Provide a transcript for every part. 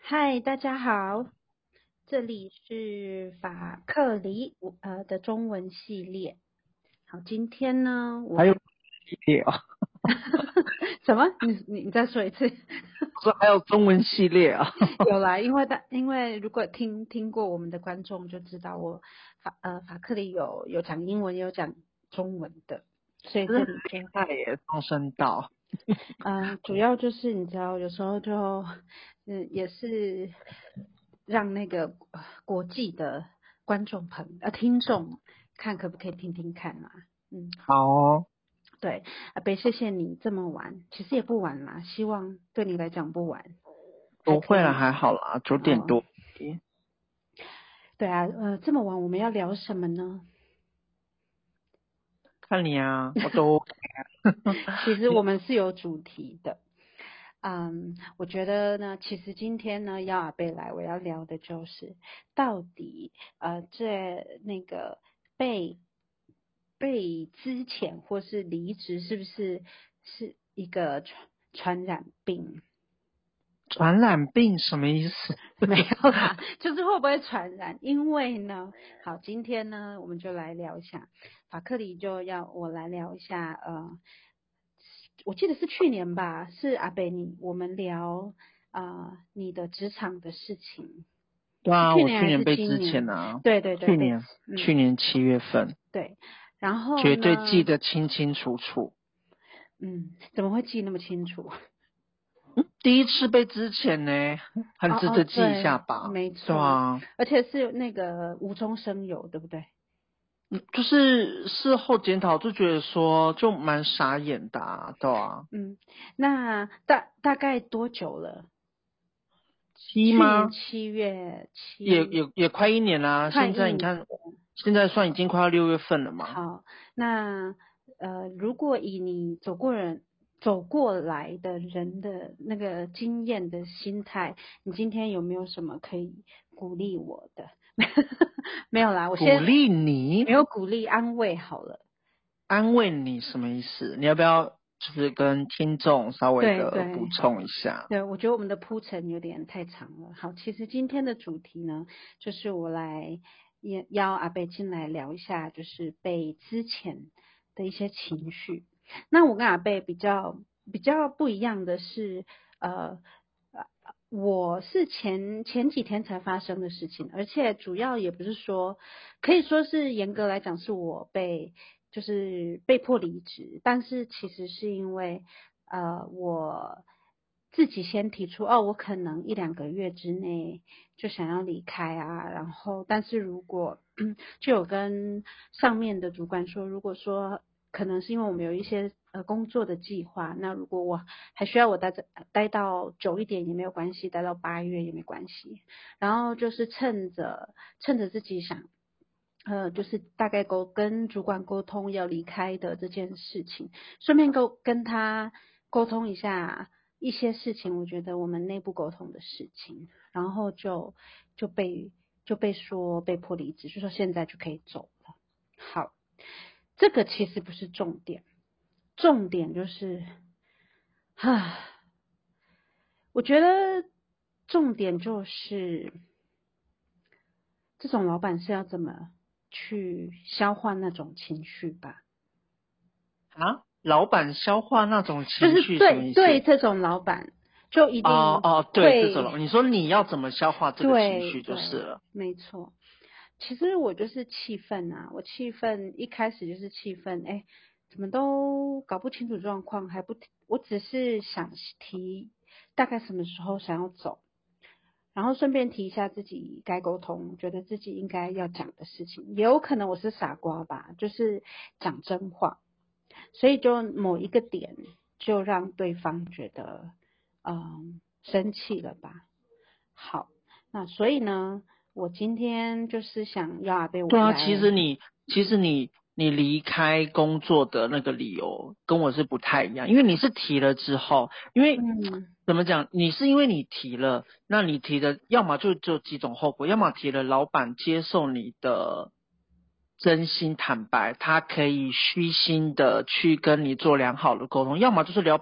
嗨，大家好，这里是法克里的中文系列。好，今天呢，我还有们系列啊， 什么？你再说一次？ 我说还有中文系列啊。 有啦，因为如果听过我们的观众就知道我法克里有讲英文，也有讲中文的，所以真的很这里就厉害耶，上升到。 主要就是你知道，有时候就也是让那个国际的听众看可不可以听听看嘛。 好哦。 对，阿北，谢谢你这么晚，其实也不晚啦，希望对你来讲不晚，还不会了， 可以。 还好啦，9点哦， 多。 对啊，这么晚我们要聊什么呢？ 看你啊，我都 OK 其实我们是有主题的。我觉得呢，其实今天呢，邀阿贝来，我要聊的就是到底这那个被被资遣或是离职，是不是一个传染病？ 传染病什么意思？ 没有啦，就是会不会传染？因为呢，好，今天呢，我们就来聊一下，法克里就要我来聊一下，我记得是去年吧，是阿北我们聊你的职场的事情，是对啊，我去去年还是年被之今年？ 前啊， 对对对， 去年嗯， 去年7月份， 对，然后绝对记呢， 得清清楚楚。 怎么会记那么清楚？ 第一次被之前呢，很哦哦， 值得记一下对， 吧？ 没错， 对啊。 而且是那个无中生有，对不对？ 就是事后检讨就觉得说就蛮傻眼的啊，对啊。 嗯，那大概多久了？去年七吗？ 7月也七， 也也快1年啦， 快一年。 现在你看，现在算已经快要6月份了嘛。 好，那如果以你走过来的人的那个经验的心态，你今天有没有什么可以鼓励我的？没有啦，我先鼓励你， 没有鼓励，安慰好了。 安慰你什么意思？你要不要就是跟听众稍微对的补对充一下？ 对，我觉得我们的铺陈有点太长了。好，其实今天的主题呢，就是我来邀阿贝进来聊一下，就是被之前的一些情绪。那我跟阿贝比较不一样的是，呃，我是前几天才发生的事情，而且主要也不是说，可以说是严格来讲是我就是被迫离职，但是其实是因为我自己先提出，哦，我可能1-2个月之内就想要离开啊，然后但是如果就有跟上面的主管说，如果说可能是因为我们有一些工作的计划，那如果我还需要我待到久一点也没有关系，待到8月也没关系，然后就是趁着自己想。就是大概跟主管沟通要离开的这件事情，顺便跟他沟通一下一些事情，我觉得我们内部沟通的事情，然后就被说被迫离职，就说现在就可以走了。好，这个其实不是重点，重点就是啊，我觉得重点就是这种老板是要怎么去消化那种情绪吧。 啊，老板消化那种情就是绪什么意思？ 对这种老板，就一定哦哦，对，这种会了，你说你要怎么消化这个情绪就是对， 了。 没错。其实我就是气愤啊，我气愤一开始就是气愤，哎，怎么都搞不清楚状况，还不提，我只是想提大概什么时候想要走，然后顺便提一下自己该沟通，觉得自己应该要讲的事情，也有可能我是傻瓜吧，就是讲真话，所以就某一个点就让对方觉得生气了吧。好，那所以呢，我今天就是想要阿贝对啊，其来， 实你离开工作的那个理由跟我是不太一样，因为你是提了之后，因为嗯， 怎么讲，你是因为你提了，那你提的要么就只有几种后果，要么提了老板接受你的真心坦白，他可以虚心的去跟你做良好的沟通，要么就是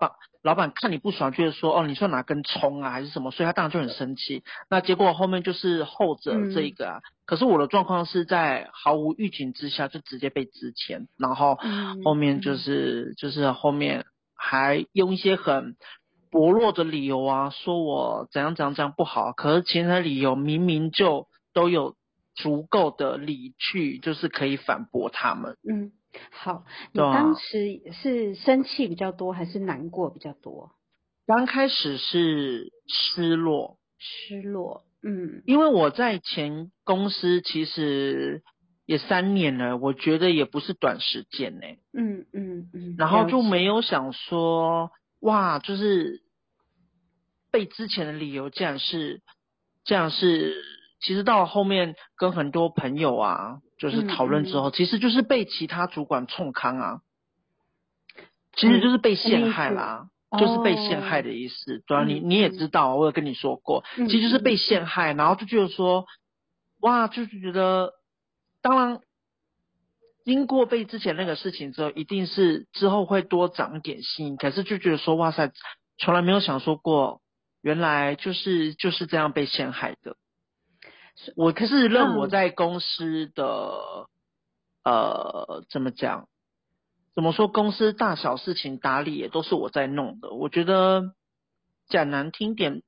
老板看你不爽，觉得说哦你算哪根葱啊还是什么，所以他当然就很生气。那结果后面就是后者这一个啊。可是我的状况是在毫无预警之下就直接被资遣，然后后面就是后面还用一些很薄弱的理由啊，说我怎样怎样怎样不好，可是其他理由明明就都有足够的理据，就是可以反驳他们。 好，你当对啊， 时是生气比较多还是难过比较多？ 刚开始是失落， 失落， 因为我在前公司其实也3年了，我觉得也不是短时间呢。然后就没了解， 有想说，哇，就是被之前的理由竟然是这样是，其实到后面跟很多朋友啊，就是讨论之后，其实就是被其他主管冲康啊，其实就是被什么陷意思？ 害啦。就是被陷害哦， 的意思，对啊，你也知道，我有跟你说过，其实就是被嗯嗯陷害，然后就觉得说，哇，就是觉得，当然经过被之前那个事情之后，一定是之后会多长一点心，可是就觉得说，哇塞，从来没有想说过，原来就是这样被陷害的。我可是， 自认我在公司的怎么讲？怎么说？公司大小事情打理也都是我在弄的。我觉得讲难听点，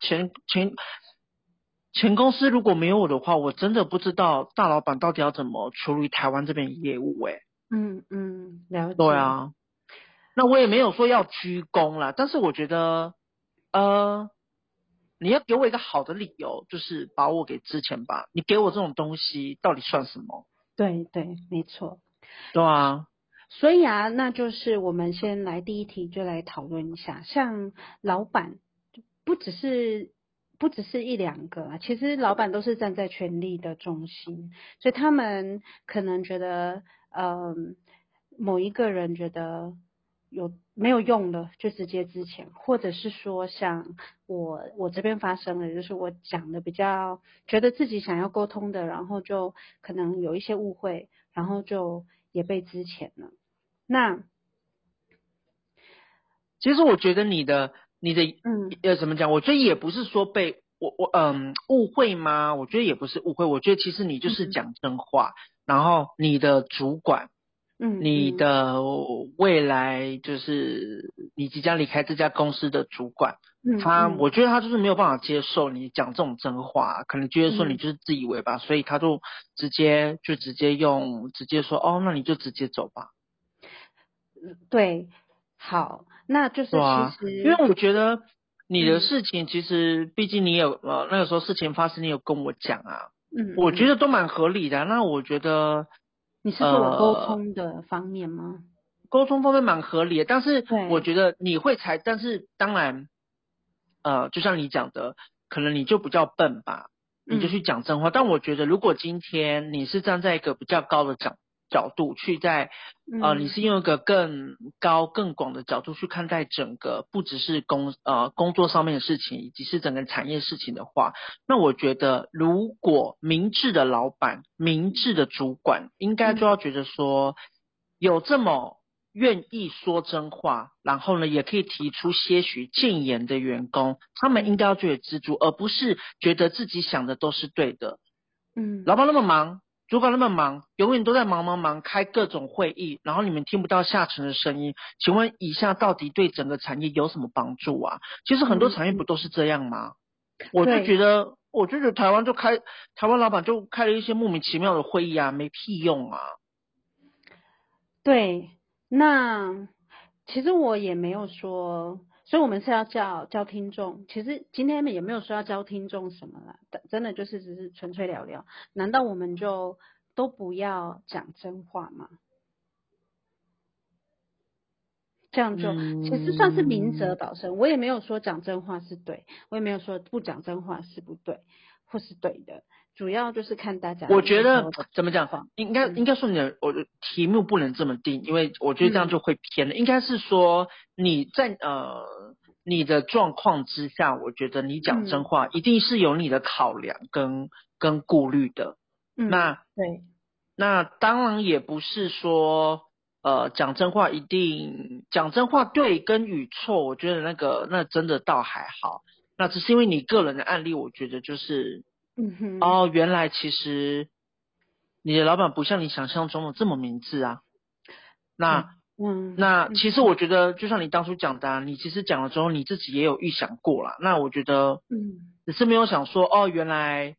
前公司如果没有我的话，我真的不知道大老板到底要怎么处理台湾这边业务。 了解。 对啊，那我也没有说要鞠躬啦，但是我觉得，呃，你要给我一个好的理由，就是把我给之前吧。你给我这种东西，到底算什么？ 对对，没错。 对啊， 所以啊，那就是我们先来第一题，就来讨论一下，像老板，不只是不只是一两个啊，其实老板都是站在权力的中心，所以他们可能觉得，某一个人觉得没有用了，就直接资遣，或者是说像我这边发生的，就是我讲的比较觉得自己想要沟通的，然后就可能有一些误会，然后就也被资遣了。那其实我觉得你的嗯怎么讲？我觉得也不是说被误会吗？我觉得也不是误会，我觉得其实你就是嗯讲真话，然后你的主管。你嗯嗯的未来就是你即将离开这家公司的主管，我觉得他就是没有办法接受你讲这种真话，可能觉得说你嗯， 就是自以为吧，所以他就直接说哦，那你就直接走吧。 对，好，那就是其对啊，因为实我觉得你的嗯事情其实毕竟你有那个时候事情发生，你有跟我讲啊，我觉嗯嗯， 得都蛮合理的啊。那我觉得你是说我沟呃通的方面吗？ 沟通方面蛮合理的，但是我对， 觉得你会才，但是当然，就像你讲的，可能你就比较笨吧，你就嗯去讲真话。但我觉得，如果今天你是站在一个比较高的角度去在，你嗯是用一个更高更广的角度去看待整个，不只是工作上面的事情，以及是整个产业事情的话，那我觉得，如果明智的老板、明智的主管，应该就嗯要觉得说，有这么愿意说真话，然后呢，也可以提出些许谏言的员工，他们应嗯该要觉得知足，而不是觉得自己想的都是对的。 嗯， 老板那么忙，主管那么忙，永远都在忙，开各种会议，然后你们听不到下层的声音。请问以下到底对整个产业有什么帮助啊？其实很多产业不都是这样吗？ 对我就觉得台湾老板就开了一些莫名其妙的会议啊，没屁用啊。 对，那其实我也没有说，所以我们是要教听众。其实今天也没有说要教听众什么啦，真的就是只是纯粹聊聊。难道我们就都不要讲真话吗？这样就其实算是明哲嗯， 保身。我也没有说讲真话是对，我也没有说不讲真话是不对或是对的，主要就是看大家的一我觉得些时候的怎么讲， 状况。 应该说我的题目不能这么定，因为我觉得这样嗯就会偏了。应该是说你在你的状况之下，我觉得你讲真嗯话一定是有你的考量跟顾虑的。那对， 当然也不是说讲真话讲真话对跟与错，我觉得那真的倒还好。那只是因为你个人的案例，我觉得就是原来其实你的老板不像你想象中的这么明智啊。那其实我觉得，就像你当初讲的你其实讲了之后，你自己也有预想过啦。那我觉得，只是没有想说，原来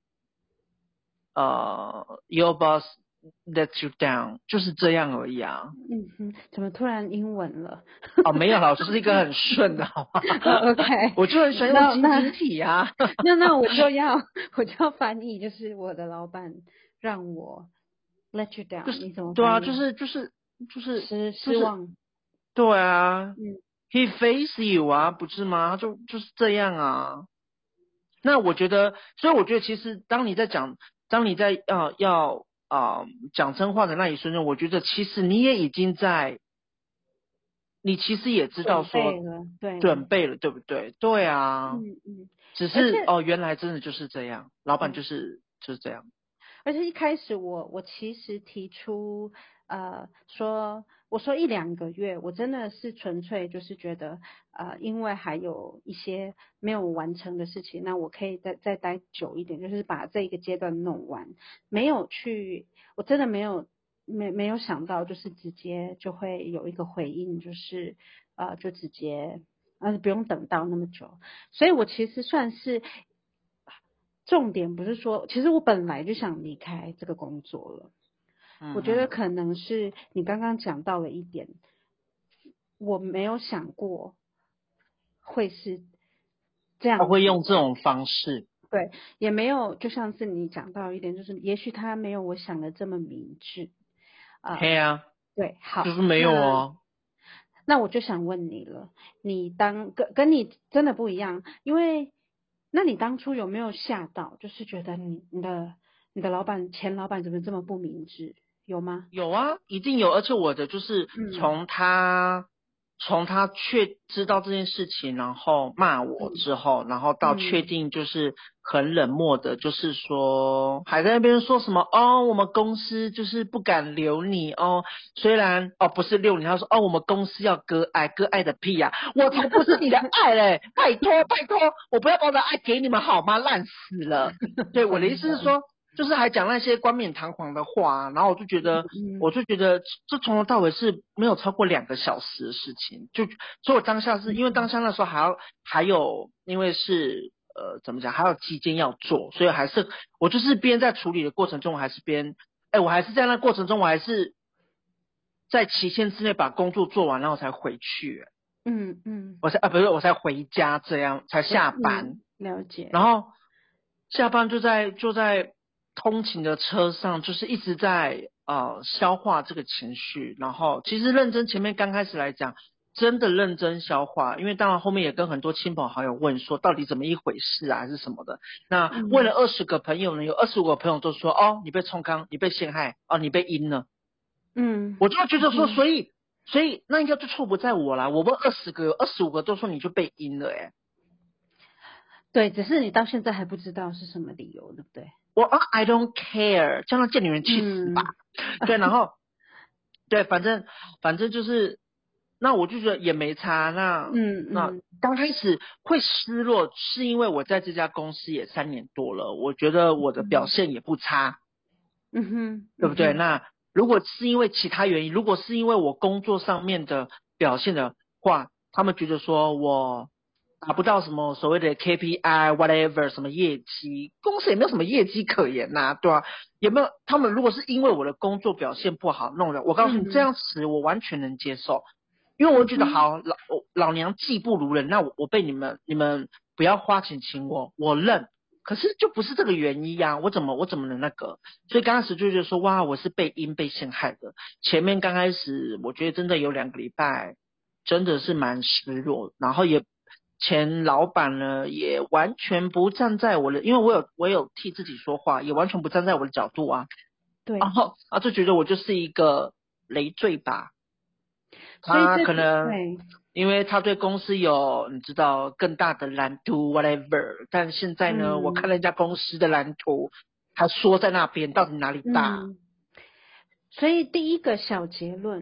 your boss let you down 就是这样而已啊。 怎么突然英文了？ 没有啦，我就是一个很顺的，好吗 ？OK， 我就很喜欢用晶晶体啊。 那我就要翻译，就是我的老板让我 let you down，你怎么对啊， 翻译？ 就是失望。 对啊，he face you 啊，不是吗？他就是这样啊。那我觉得，所以我觉得其实当你在要讲真话的那一瞬间，我觉得其实你也已经你其实也知道说准备了，对不对？对啊，只是原来真的就是这样，老板就是这样。 而且一开始我其实提出我说1-2个月，我真的是纯粹就是觉得因为还有一些没有完成的事情，那我可以再待久一点，就是把这一个阶段弄完。我真的没有想到，就是直接就会有一个回应，就是就直接不用等到那么久，所以我其实算是。重点不是说，其实我本来就想离开这个工作了。我觉得可能是你刚刚讲到了一点，我没有想过会是这样子， 他会用这种方式， 对，也没有，就像是你讲到一点，就是也许他没有我想的这么明智对啊， 对，好， 就是没有哦。 那我就想问你了，你跟你真的不一样，因为那你当初有没有吓到，就是觉得你的前老板怎么这么不明智，有吗？ 有啊，一定有，而且我的就是从他知道这件事情，然后骂我之后，然后到确定就是很冷漠的，就是说还在那边说什么我们公司就是不敢留你虽然不是留你，他说我们公司要割爱，割爱的屁呀，我才不是你的爱嘞，拜托拜托，我不要把我的爱给你们好吗？烂死了。对，我的意思是说。就是还讲那些冠冕堂皇的话，然后我就觉得这从头到尾是没有超过2个小时的事情，所以我当下是因为当下那时候还有因为是怎么讲，还有期间要做，所以我就是边在处理的过程中，我还是我还是在那过程中，我还是在期限之内把工作做完，然后才回去。我才回家，这样才下班。 了解。 然后下班就在通勤的车上，就是一直在消化这个情绪。然后其实认真前面刚开始来讲，真的认真消化，因为当然后面也跟很多亲朋好友问说到底怎么一回事啊，还是什么的。那问了20个朋友呢，有25个朋友都说你被冲康，你被陷害你被阴了。我就觉得说，所以那应该就错不在我啦。我问20个，有25个都说你就被阴了对，只是你到现在还不知道是什么理由，对不对？ I don't care，叫那贱女人去死吧。对，然后对，反正就是，那我就觉得也没差。那刚开始会失落，是因为我在这家公司也3年多了，我觉得我的表现也不差，对不对？那如果是因为其他原因，如果是因为我工作上面的表现的话，他们觉得说我达不到什么所谓的 KPI whatever 什么业绩，公司也没有什么业绩可言对吧？有没有？他们如果是因为我的工作表现不好弄的，我告诉你这样子我完全能接受，因为我觉得好老娘技不如人，那我被你们不要花钱请我认。可是就不是这个原因啊，我怎么能那个？所以刚开始就觉得说，哇，我是被陷害的。前面刚开始，我觉得真的有2个礼拜，真的是蛮失落。然后前老板呢，也完全不站在我的，因为我有替自己说话，也完全不站在我的角度啊。 对。 然后就觉得我就是一个累赘吧。 所以他可能因为他对公司有你知道更大的蓝图 whatever， 但现在呢，我看人家公司的蓝图，他说在那边到底哪里大？ 所以第一个小结论，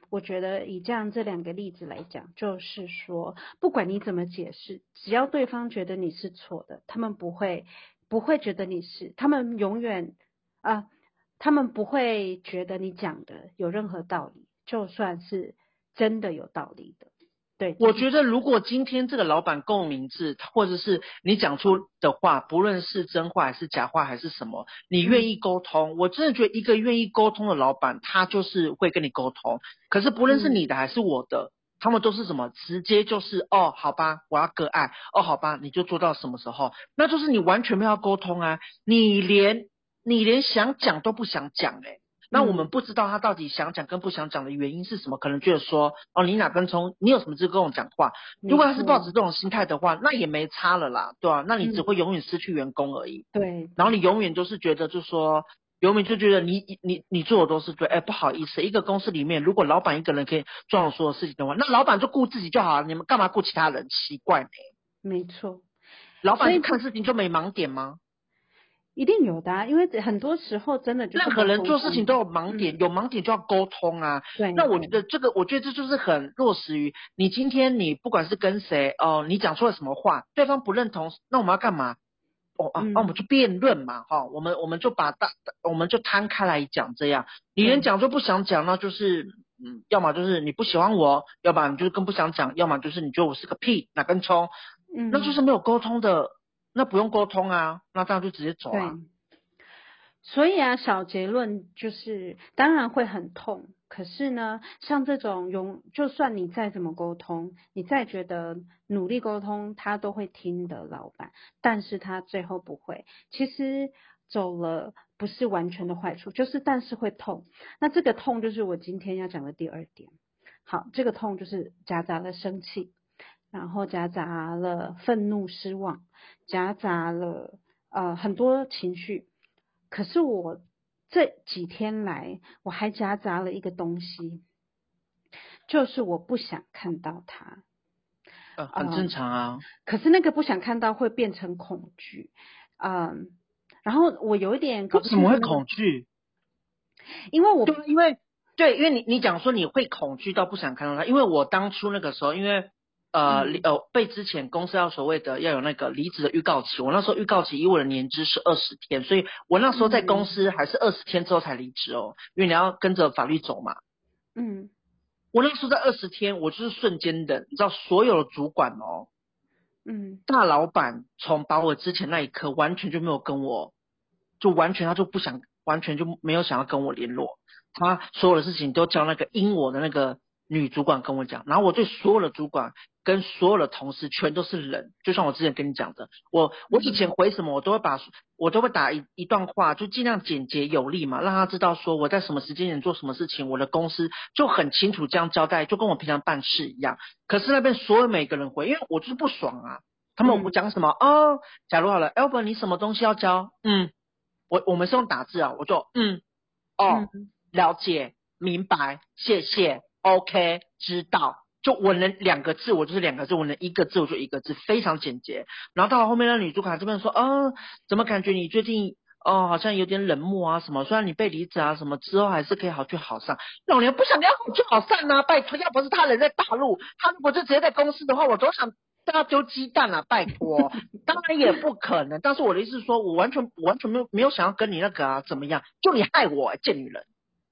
我觉得以这两个例子来讲，就是说，不管你怎么解释，只要对方觉得你是错的，他们不会觉得你是，他们永远他们不会觉得你讲的有任何道理，就算是真的有道理的。对， 我觉得如果今天这个老板够明智，或者是你讲出的话，不论是真话还是假话还是什么，你愿意沟通，我真的觉得一个愿意沟通的老板，他就是会跟你沟通。可是不论是你的还是我的，他们都是什么，直接就是哦，好吧，我要割爱，哦，好吧，你就做到什么时候，那就是你完全没有要沟通啊，你连想讲都不想讲那我们不知道他到底想讲跟不想讲的原因是什么，可能觉得说，哦，你哪根葱，你有什么资格跟我讲话？如果他是抱着这种心态的话，那也没差了啦，对吧？那你只会永远失去员工而已。 对， 然后你永远就是觉得，就是说，永远就觉得你做的都是对。不好意思，一个公司里面，如果老板一个人可以做好所有事情的话，那老板就顾自己就好了，你们干嘛顾其他人？奇怪呢。 没错。 老板就看事情就没盲点吗？ 一定有的因为很多时候真的就是任何人沟通做事情都有盲点，有盲点就要沟通啊。 对， 那我觉得我觉得这就是很落实于你今天你不管是跟谁你讲出了什么话，对方不认同，那我们要干嘛？我们就辩论嘛，我们就我们就摊开来讲，这样你连讲都不想讲，那就是要么就是你不喜欢我，要么你就是更不想讲，要么就是你觉得我是个屁，哪根葱，那就是没有沟通的，那不用沟通啊，那这样就直接走啊。 对，所以小结论就是，当然会很痛。可是呢，像这种就算你再怎么沟通，你再觉得努力沟通，他都会听的老板，但是他最后不会。其实走了不是完全的坏处，就是但是会痛。那这个痛就是我今天要讲的第二点。好，这个痛就是夹杂了生气，然后夹杂了愤怒、失望，夹杂了很多情绪。可是我这几天来，我还夹杂了一个东西，就是我不想看到它。 很正常啊。 可是那个不想看到会变成恐惧，然后我有一点搞为不什么会恐清楚那个， 惧？ 因为我对，因为你讲说你会恐惧到不想看到他，因为我当初那个时候，因为被之前公司要所谓的要有那个离职的预告期，我那时候预告期以我的年资是20天，所以我那时候在公司还是20天之后才离职哦，因为你要跟着法律走嘛。我那时候在20天，我就是瞬间的，你知道所有的主管大老板从把我之前那一刻完全就没有跟我，就完全他就不想，完全就没有想要跟我联络。他所有的事情都叫那个阴我的那个女主管跟我讲，然后我对所有的主管跟所有的同事全都是人，就像我之前跟你讲的，我以前回什么我都会打一段话，就尽量简洁有力嘛，让他知道说我在什么时间点做什么事情，我的公司就很清楚这样交代，就跟我平常办事一样。可是那边所有每个人回，因为我就是不爽啊。他们我讲什么假如好了 Albert 你什么东西要交？我们是用打字啊，我就了解明白谢谢 OK 知道，就我能2个字我就是2个字，我能1个字我就1个字，非常简洁。然后到了后面那女主管这边说怎么感觉你最近好像有点冷漠啊什么，虽然你被离职啊什么之后还是可以好聚好散。老娘不想要好聚好散啊，拜托，要不是他人在大陆，他如果就直接在公司的话，我都想大家丢鸡蛋啊，拜托。当然也不可能，但是我的意思是说，我完全没有想要跟你那个怎么样，就你害我贱女人。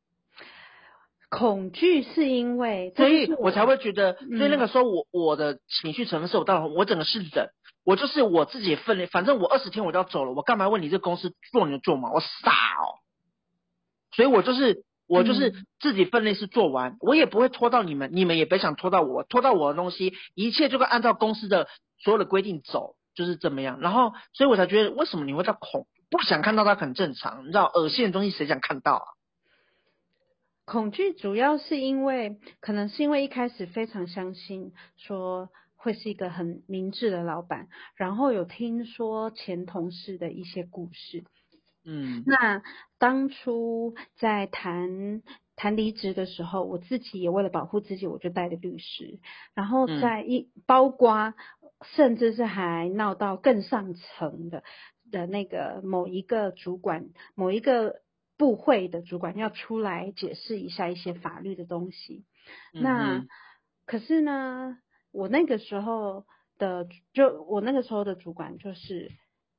恐惧是因为， 所以我才会觉得，所以那个时候我的情绪成分是我整个是忍，我就是我自己的分内，反正我20天我就要走了，我干嘛问你这公司做你的做嘛，我傻所以我就是自己分内是做完，我也不会拖到你们，你们也别想拖到我，拖到我的东西，一切就会按照公司的所有的规定走，就是这么样。然后，所以我才觉得，为什么你会叫不想看到它很正常，你知道，恶心的东西谁想看到啊？ 恐惧主要是因为，可能是因为一开始非常相信说会是一个很明智的老板，然后有听说前同事的一些故事。那当初在谈离职的时候，我自己也为了保护自己，我就带了律师，然后在包括甚至是还闹到更上层的那个某一个主管，某一个部会的主管要出来解释一下一些法律的东西。那可是呢，我那个时候的主管就是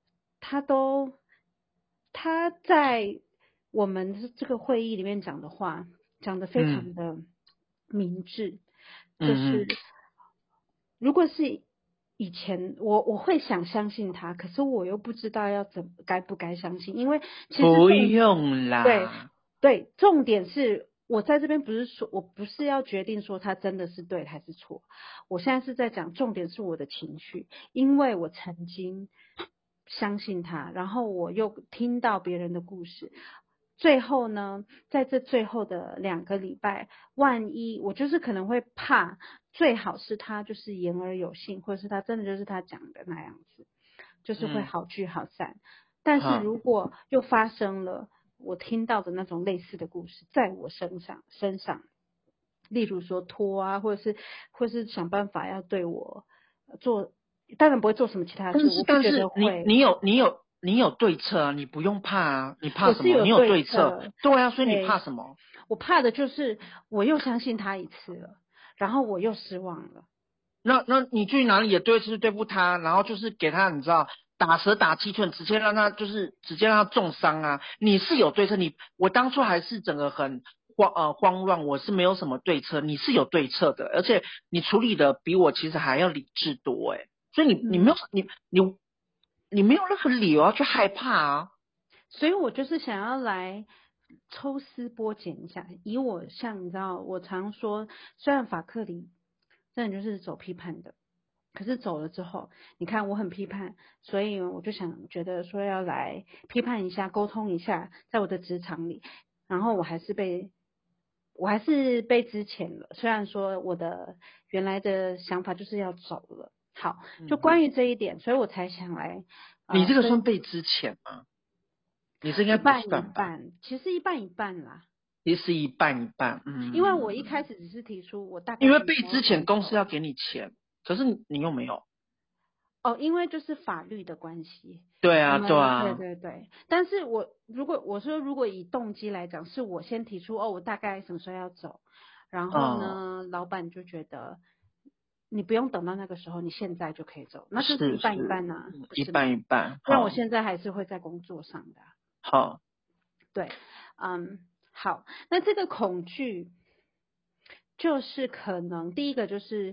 他在我们这个会议里面讲的话讲得非常的明智，就是如果是以前我会想相信他，可是我又不知道该不该相信，因为其实不用啦。 对，重点是我在这边我不是要决定说他真的是对还是错，我现在是在讲重点是我的情绪，因为我曾经相信他，然后我又听到别人的故事，最后呢，在这最后的2个礼拜，万一我就是可能会怕，最好是他就是言而有信，或者是他真的就是他讲的那样子，就是会好聚好散。但是如果又发生了我听到的那种类似的故事在我身上，例如说拖啊，或是想办法要对我做，当然不会做什么其他事，我不觉得会。 你有对策啊，你不用怕啊，你怕什么？ 我是有你有对策， 策， 对啊，所以你怕什么？ 我怕的就是我又相信他一次了，然后我又失望了。 那你去哪里也对是对付他，然后就是给他你知道打蛇打鸡腿，直接让他重伤啊！你是有对策，我当初还是整个很慌乱，我是没有什么对策，你是有对策的，而且你处理的比我其实还要理智多所以你没有你没有任何理由要去害怕啊！ 所以我就是想要来抽丝剥茧一下，以我像你知道，我常说，虽然法克里真的就是走批判的，可是走了之后，你看我很批判，所以我就觉得说要来批判一下，沟通一下，在我的职场里，然后我还是被资遣了，虽然说我的原来的想法就是要走了。好，就关于这一点，所以我才想来你这个算被资遣吗？你这应该不一半一算吧？ 半，其实一半一半啦。 其实一半一半， 因为我一开始只是提出我大概因为什么时候被资遣想走。 公司要给你钱，可是你又没有。 哦，因为就是法律的关系， 对啊，对我们对啊， 对对。但是如果以动机来讲，是我先提出我大概什么时候要走，然后呢，老板就觉得你不用等到那个时候，你现在就可以走，那就是一半一半呐，不一是吗？ 半一半， 不然我好， 现在还是会在工作上的。 好， 对，好，那这个恐惧就是可能第一个就是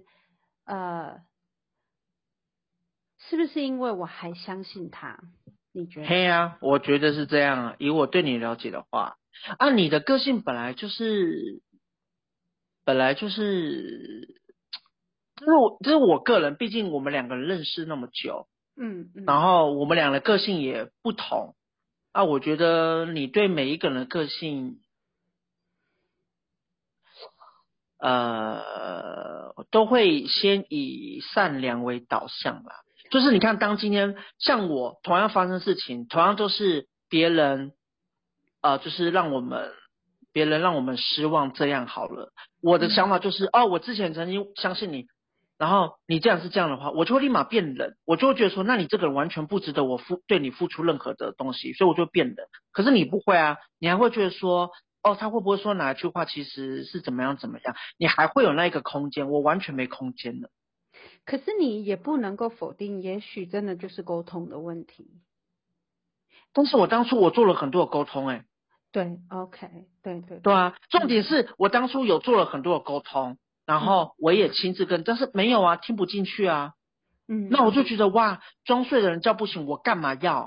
是不是因为我还相信他？你觉得？ 嘿呀，我觉得是这样啊。以我对你了解的话，你的个性本来就是，这是我个人，毕竟我们两个人认识那么久，然后我们俩的个性也不同我觉得你对每一个人的个性，都会先以善良为导向啦。就是你看，当今天像我同样发生事情，同样都是别人，就是别人让我们失望，这样好了。我的想法就是，我之前曾经相信你，然后你这样是这样的话，我就会立马变冷，我就会觉得说，那你这个人完全不值得我对你付出任何的东西，所以我就变冷。可是你不会啊，你还会觉得说，他会不会说哪一句话其实是怎么样怎么样？你还会有那一个空间，我完全没空间了。 可是你也不能够否定，也许真的就是沟通的问题。 但是我当初我做了很多的沟通， 对，OK，对对对， 对啊，重点是我当初有做了很多的沟通，然后我也亲自但是没有啊，听不进去啊。那我就觉得哇，装睡的人叫不醒，我干嘛要？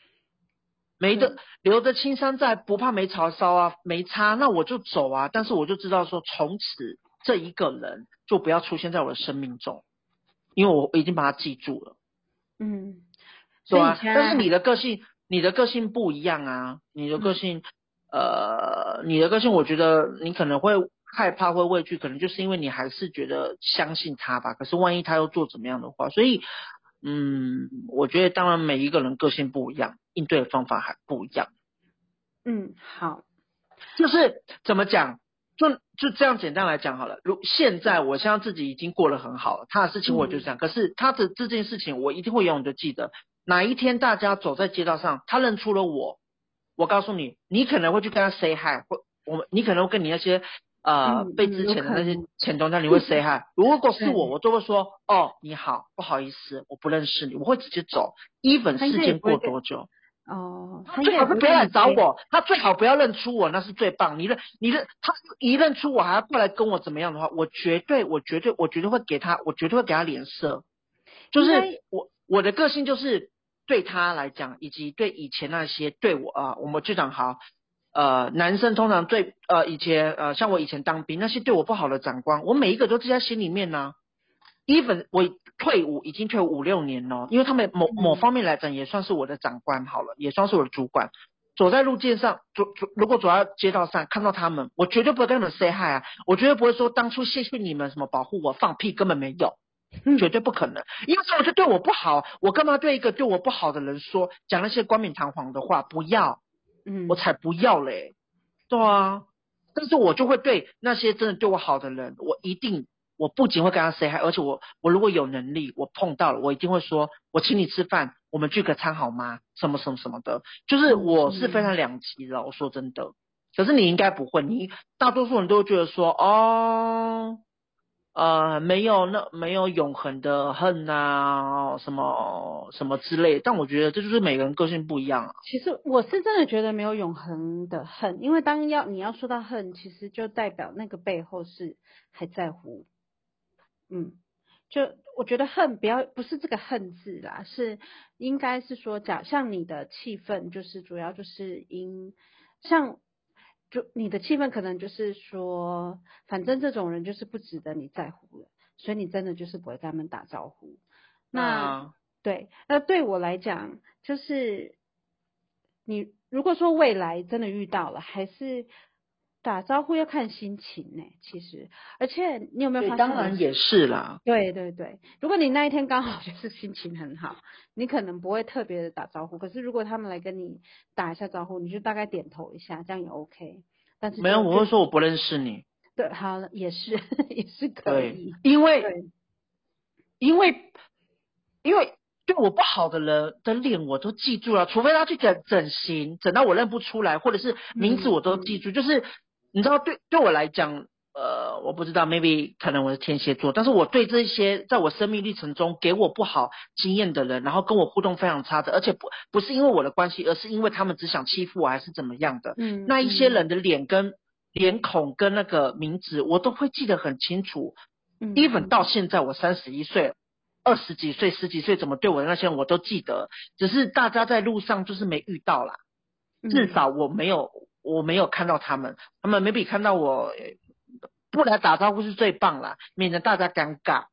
留着青山在，不怕没柴烧啊，没差，那我就走啊。但是我就知道说，从此这一个人就不要出现在我的生命中，因为我已经把他记住了。 所以你对啊，但是现在你的个性不一样啊，你的个性，我觉得你可能会害怕，会畏惧，可能就是因为你还是觉得相信他吧。可是万一他又做怎么样的话，所以，我觉得当然每一个人个性不一样，应对的方法还不一样。 好， 就是怎么讲，就这样简单来讲好了。现在我现在自己已经过得很好了，他的事情我就这样，可是他的这件事情我一定会永远的记得。哪一天大家走在街道上，他认出了我我告诉你，你可能会去跟他 say hi， 或你可能会跟你那些被之前的那些前东家你会 say hi。如果是我都会说哦你好，不好意思，我不认识你，我会直接走。even 事件过多久。他最好是不要来找我，他最好不要认出我，那是最棒。他一认出我还要过来跟我怎么样的话，我绝对会给他脸色。就是我的个性就是对他来讲，以及对以前那些对我我们就讲好，男生通常对以前像我以前当兵那些对我不好的长官，我每一个都记在心里面呢。even 我已经退伍5-6年了，因为他们某方面来讲也算是我的长官好了，也算是我的主管。走在路径上，如果走在街道上看到他们，我绝对不会跟他们 say hi 啊，我绝对不会说当初谢谢你们什么保护我，放屁根本没有。绝对不可能，因为我就对我不好，我干嘛对一个对我不好的人讲那些冠冕堂皇的话？不要，我才不要嘞，对啊。但是我就会对那些真的对我好的人，我不仅会跟他 say hi， 而且我如果有能力，我碰到了，我一定会说，我请你吃饭，我们聚个餐好吗？什么什么什么的，就是我是非常两极的，我说真的。可是你应该不会，你大多数人都会觉得说，哦。没有永恒的恨啊，什么什么之类的，但我觉得这就是每个人个性不一样啊。 其实我是真的觉得没有永恒的恨，因为你要说到恨，其实就代表那个背后是还在乎。就我觉得恨不是这个恨字啦，应该是说像你的气氛，就是主要就是就你的气氛可能就是说，反正这种人就是不值得你在乎了，所以你真的就是不会跟他们打招呼。对，那对我来讲，就是你如果说未来真的遇到了，还是打招呼要看心情呢，其实，而且你有没有发现？ 当然也是啦。 对对对，如果你那一天刚好就是心情很好，你可能不会特别的打招呼。可是如果他们来跟你打一下招呼，你就大概点头一下，这样也 OK。但是没有，我会说我不认识你。 对，好了，也是也是可以。 因为对我不好的人的脸我都记住了，除非他去整形，整到我认不出来，或者是名字我都记住。就是你知道，对我来讲，我不知道 ，maybe 可能我是天蝎座，但是我对这些在我生命历程中给我不好经验的人，然后跟我互动非常差的，而且不是因为我的关系，而是因为他们只想欺负我还是怎么样的，那一些人的脸孔跟那个名字我都会记得很清楚。even 到现在我31岁。20几岁、10几岁怎么对我的那些人我都记得，只是大家在路上就是没遇到啦。至少我没有看到他们 maybe 看到我不来打招呼是最棒啦，免得大家尴尬。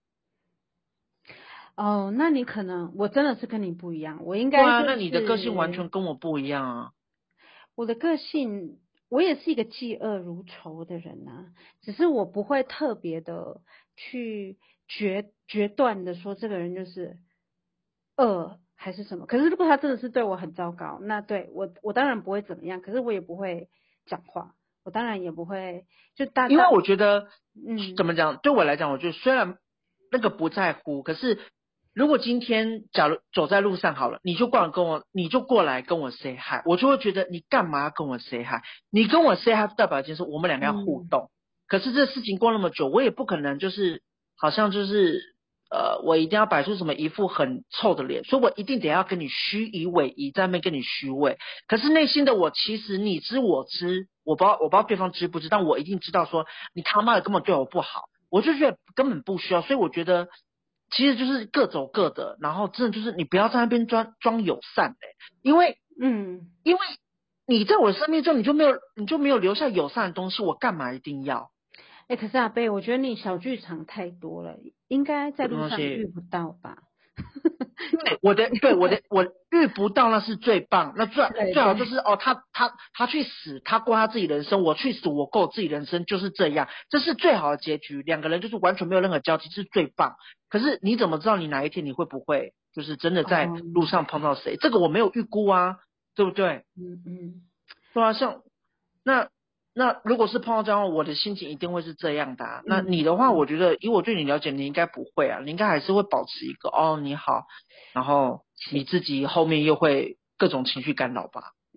哦，那你可能我真的是跟你不一样，我应该那你的个性完全跟我不一样啊。 我的个性，我也是一个嫉恶如仇的人啊，只是我不会特别的去决断的说这个人就是恶还是什么。可是如果他真的是对我很糟糕，那对我当然不会怎么样，可是我也不会讲话，我当然也不会因为我觉得怎么讲，对我来讲，我觉得虽然那个不在乎，可是如果今天假如走在路上好了，你就过来跟我 say hi， 我就会觉得你干嘛要跟我 say hi？ 你跟我 say hi 代表一件事，我们两个要互动。可是这事情过那么久，我也不可能就是好像就是我一定要摆出什么一副很臭的脸，所以我一定得要跟你虚以委蛇，在那边跟你虚伪。可是内心的我其实你知我知，我不知道对方知不知，但我一定知道说你他妈的根本对我不好，我就觉得根本不需要。所以我觉得其实就是各走各的，然后真的就是你不要在那边装友善因为你在我生命中你就没有留下友善的东西，我干嘛一定要？ 可是阿贝，我觉得你小剧场太多了，应该在路上遇不到吧？ 我遇不到那是最棒，那最好就是他去死，他过他自己人生，我去死，我过我自己人生，就是这样，这是最好的结局。两个人就是完全没有任何交集，是最棒。可是你怎么知道你哪一天你会不会就是真的在路上碰到谁？这个我没有预估啊，对不对？对啊，像那如果是碰到这样，我的心情一定会是这样的啊。那你的话，我觉得以我对你了解，你应该不会啊，你应该还是会保持一个你好，然后你自己后面又会各种情绪干扰吧。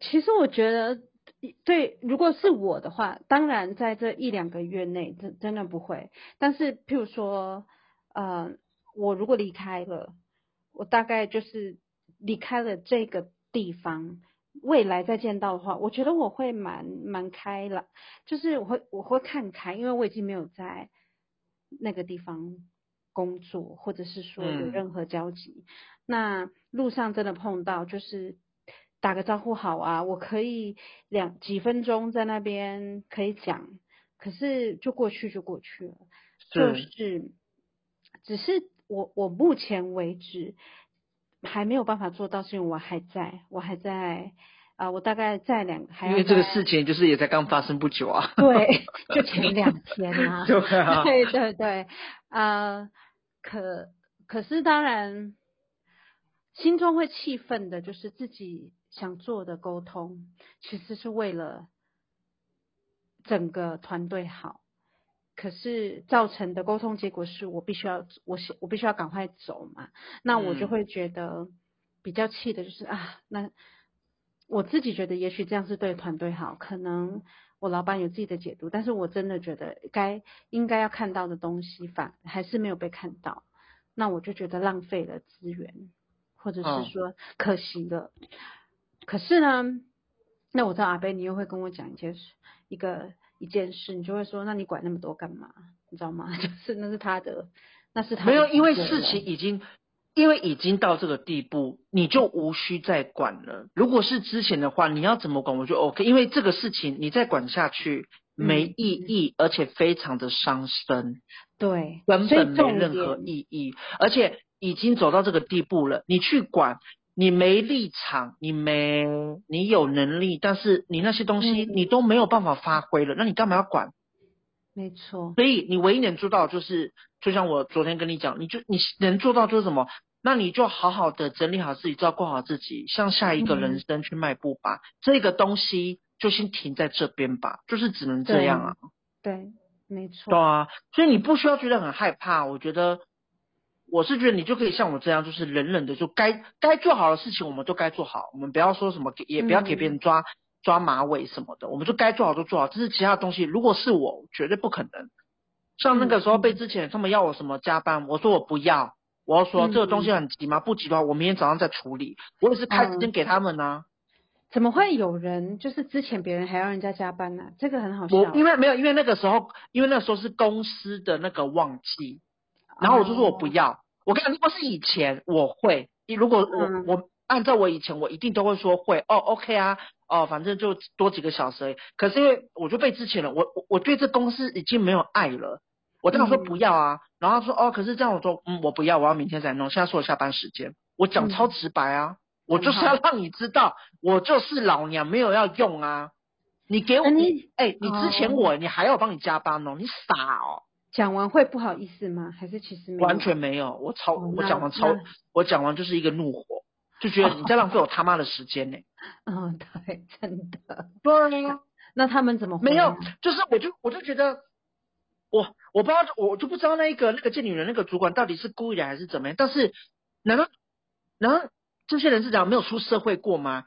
其实我觉得，对，如果是我的话，当然在这1-2个月内，真的不会。但是，譬如说，我如果离开了，我大概就是离开了这个地方，未来再见到的话，我觉得我会蛮开朗，就是我会看开，因为我已经没有在那个地方工作，或者是说有任何交集。那路上真的碰到，就是打个招呼好啊，我可以几分钟在那边可以讲，可是就过去就过去了，就是只是我目前为止还没有办法做到，是因为我还在我大概还因为这要再个事情就是也才刚发生不久啊。 对，就前2天啊， 对啊， 对对对，呃，可可是当然，心中会气愤的，就是自己想做的沟通，其实是为了整个团队好，可是造成的沟通结果是我必须要赶快走嘛，那我就会觉得比较气的就是那我自己觉得也许这样是对团队好，可能我老板有自己的解读，但是我真的觉得应该要看到的东西还是没有被看到，那我就觉得浪费了资源，或者是说可惜了。可是呢，那我知道阿贝你又会跟我讲一件事，你就会说，那你管那么多干嘛？你知道吗？就是那是他没有， 的职因为事责了。 情已经到这个地步，你就无需再管了。如果是之前的话，你要怎么管我就 OK，因为这个事情你再管下去没意义，而且非常的伤身， 对， 根所以本没任何重点， 意义，而且已经走到这个地步了，你去管。你没立场，你有能力，但是你那些东西你都没有办法发挥了，那你干嘛要管？ 没错， 所以你唯一能做到就是，就像我昨天跟你讲，你能做到就是什么？那你就好好的整理好自己，照顾好自己，向下一个人生去迈步吧。这个东西就先停在这边吧，就是只能这样啊。 对，没错， 对啊，所以你不需要觉得很害怕。我觉得，我是觉得你就可以像我这样，就是冷冷的，就该做好的事情我们都该做好，我们不要说什么，也不要给别人抓马尾什么的，我们就该做好就做好。这是其他东西，如果是我，绝对不可能。像那个时候被之前他们要我什么加班，我说我不要，我要说这个东西很急吗？不急的话，我明天早上再处理。我也是开时间给他们啊。 怎么会有人就是之前别人还要人家加班呢？这个很好我笑因为没有，因为那时候是公司的那个旺季，然后我就说我不哦， 要。我跟你讲，如果是以前我会，如果我按照我以前，我一定都会说会。哦，OK 啊，哦，反正就多几个小时而已。可是因为我就被之前了，我对这公司已经没有爱了。我当时说不要啊，然后他说哦，可是这样我说我不要，我要明天再弄。现在是我下班时间，我讲超直白啊，我就是要很好。 让你知道，我就是老娘没有要用啊。你给我你之前你还要我帮你加班哦，你傻哦。 讲完会不好意思吗？还是其实没完有？ 全没有， 哦， 我讲完就是一个怒火，就觉得你在浪费哦， 我他妈的时间呢。 对，真的。 对啊， 那他们怎么没有， 回啊？ 就是我就觉得我不知道，我就不知道那个贱女人那个主管到底是故意的还是怎么样。但是难道这些人是讲没有出社会过吗？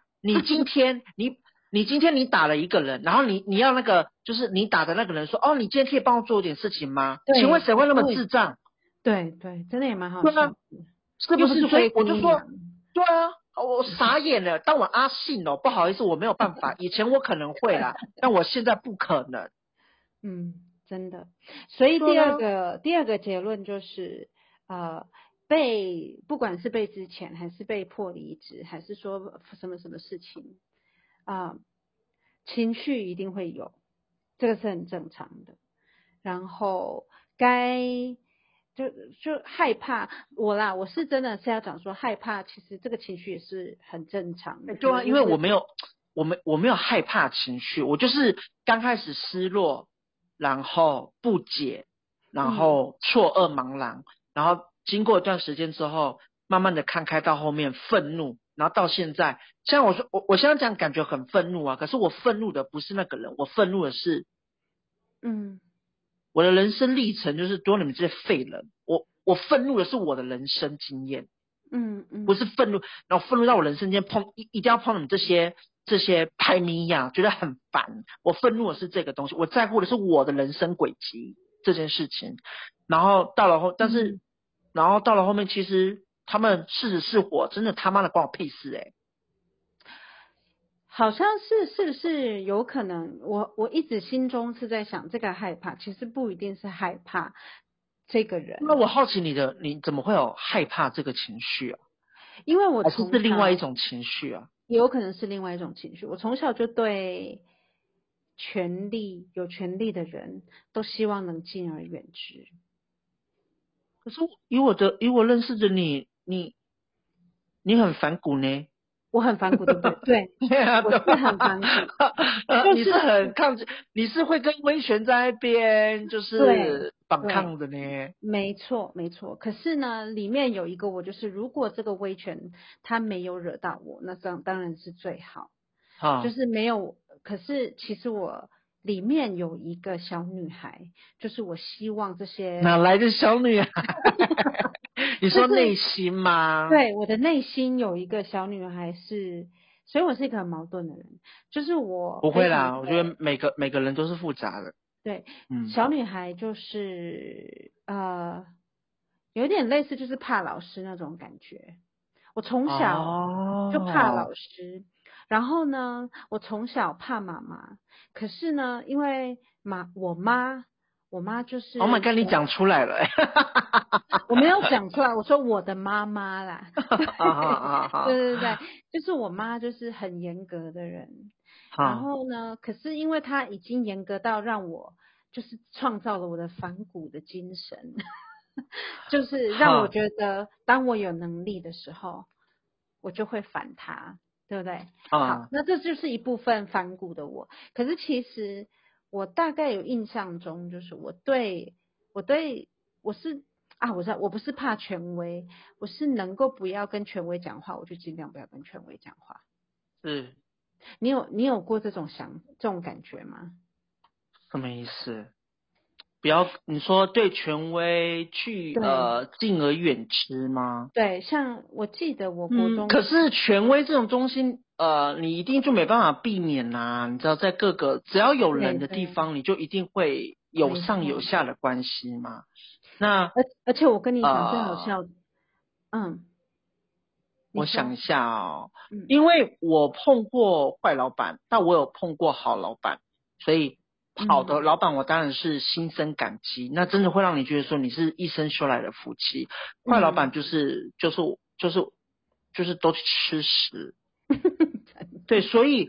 你今天打了一个人，然后你要那个就是你打的那个人说哦，你今天可以帮我做一点事情吗？请问对， 谁会那么对， 智障？ 对对，真的也蛮好对啊， 笑的，又不是不是？所以是灰姑我就说， 娘。 对啊，我傻眼了。当我阿信哦，不好意思，我没有办法。以前我可能会啦，但我现在不可能。 嗯，真的。所以对啊， 第二个结论就是，呃，不管是被之前，还是被迫离职，还是说什么什么事情，啊、情绪一定会有，这个是很正常的。然后该就就害怕我是真的是要讲说害怕，其实这个情绪也是很正常的，可对啊，因能就是为我没有害怕情绪，我就是刚开始失落，然后不解，然嗯后错愕茫然，然后经过一段时间之后，慢慢的看开到后面愤怒，然后到现在，像我说我现在讲感觉很愤怒啊，可是我愤怒的不是那个人，我愤怒的是嗯我的人生历程，就是多你们这些废人，我愤怒的是我的人生经验。不嗯嗯是愤怒，然后愤怒到我人生间一定要碰你们这些这些排名呀，觉得很烦。我愤怒的是这个东西，我在乎的是我的人生轨迹这件事情。然后到了后，然后到了后面，其实他们是死是活，真的他妈的关我屁事好像是不是有可能？我一直心中是在想，这个害怕其实不一定是害怕这个人， 那我好奇你怎么会有害怕这个情绪啊？ 因为我还是是另外一从小种情绪啊？ 也有可能是另外一种情绪。我从小就对有权利的人都希望能敬而远之。 可是以我认识的你很反骨呢。 我很反骨，对不对？对， 对啊， 我是对很反骨， 吧？你是就是很抗拒，你是会跟威权在那边就是反对， 抗的呢。 没错，没错。可是呢，里面有一个我，就是如果这个威权他没有惹到我，那当然是最好。就啊， 是没有，可是其实我里面有一个小女孩，就是我希望这些， 哪来的小女孩？你说内就是心吗？ 对我的内心有一个小女孩是，所以我是一个很矛盾的人，就是我非常的不会啦，我觉得每个人都是复杂的。 对， 嗯， 小女孩就是有点类似就是怕老师那种感觉。我从小就怕哦老师，然后呢，我从小怕妈妈。可是呢，因为我妈就 ，Oh my 是 god，你讲出来了。 我没有讲出来，我说我的妈妈啦，对好好好好对对对，就是我妈就是很严格的人，然好， 后呢，可是因为她已经严格到让我就是创造了我的反骨的精神，就是让我好觉得当我有能力的时候，我就会反她，对不对？好， 啊， 那这就是一部分反骨的我，可是其实我大概有印象中，就是我对我是啊，我知道我不是怕权威，我是能够不要跟权威讲话，我就尽量不要跟权威讲话。 是你有过这种感觉吗？ 什么意思？不要你说对权威去对敬而远之吗？ 对，像我记得我国嗯， 中， 可是权威这种东西，你一定就没办法避免呐、你知道，在各个只要有人的地对对， 方，你就一定会有上有没错， 下的关系嘛。那而且我跟你讲最好呃， 笑的，嗯，你说， 我想一下哦， 嗯因为我碰过坏老板，但我有碰过好老板，所以好的嗯老板我当然是心生感激。那真的会让你觉得说你是一生修来的福气。坏老板嗯， 就是都去吃屎。对，所以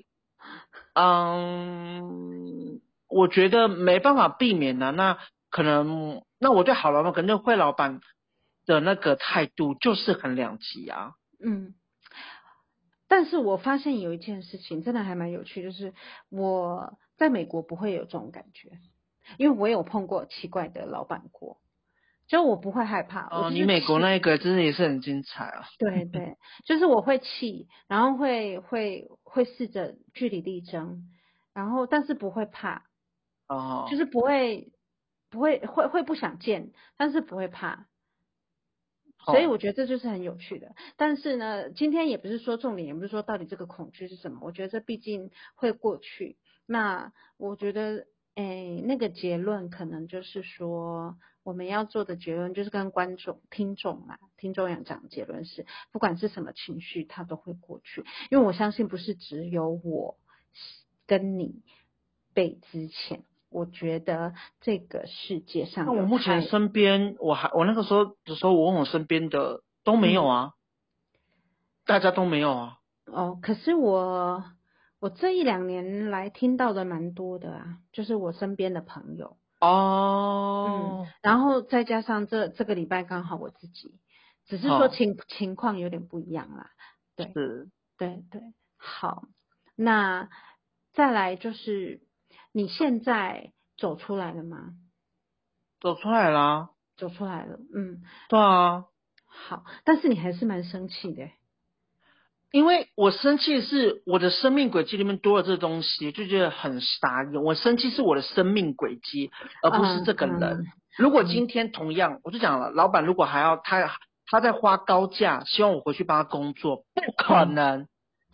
我觉得没办法避免的、那可能，那我对好老板跟对坏老板的那个态度就是很两极啊。 嗯。但是我发现有一件事情真的还蛮有趣，就是我在美国不会有这种感觉，因为我有碰过奇怪的老板过，就我不会害怕，我哦， 就你美国是气， 那一个真的也是很精彩啊。 对对，就是我会气，然后会试着据理力争，然后但是不会怕，就哦， 是不会不想见，但是不会怕，所以哦， 我觉得这就是很有趣的。但是呢，今天也不是说重点，也不是说到底这个恐惧是什么。我觉得这毕竟会过去。那我觉得，那个结论可能就是说，我们要做的结论就是跟听众要讲的结论是，不管是什么情绪，它都会过去。因为我相信不是只有我跟你被之前，我觉得这个世界上那我目前有太， 身边，我那个时候的时候，我问我身边的都没有嗯。 啊，大家都没有啊。 哦，可是我这一两年来听到的蛮多的啊，就是我身边的朋友，嗯， 哦， 然后再加上这个礼拜刚好我自己，只是说好， 情况有点不一样啦，对是对对，好，那再来就是你现在走出来了吗？ 走出来啦。 走出来了，嗯， 对啊， 好，但是你还是蛮生气的欸， 因为我生气的是我的生命轨迹里面多了这东西，就觉得很傻眼。我生气是我的生命轨迹，而不是这个人。如果嗯， 今天同样，我就讲了，老板如果还要他在花高价希望我回去帮他工作，不可嗯。 能。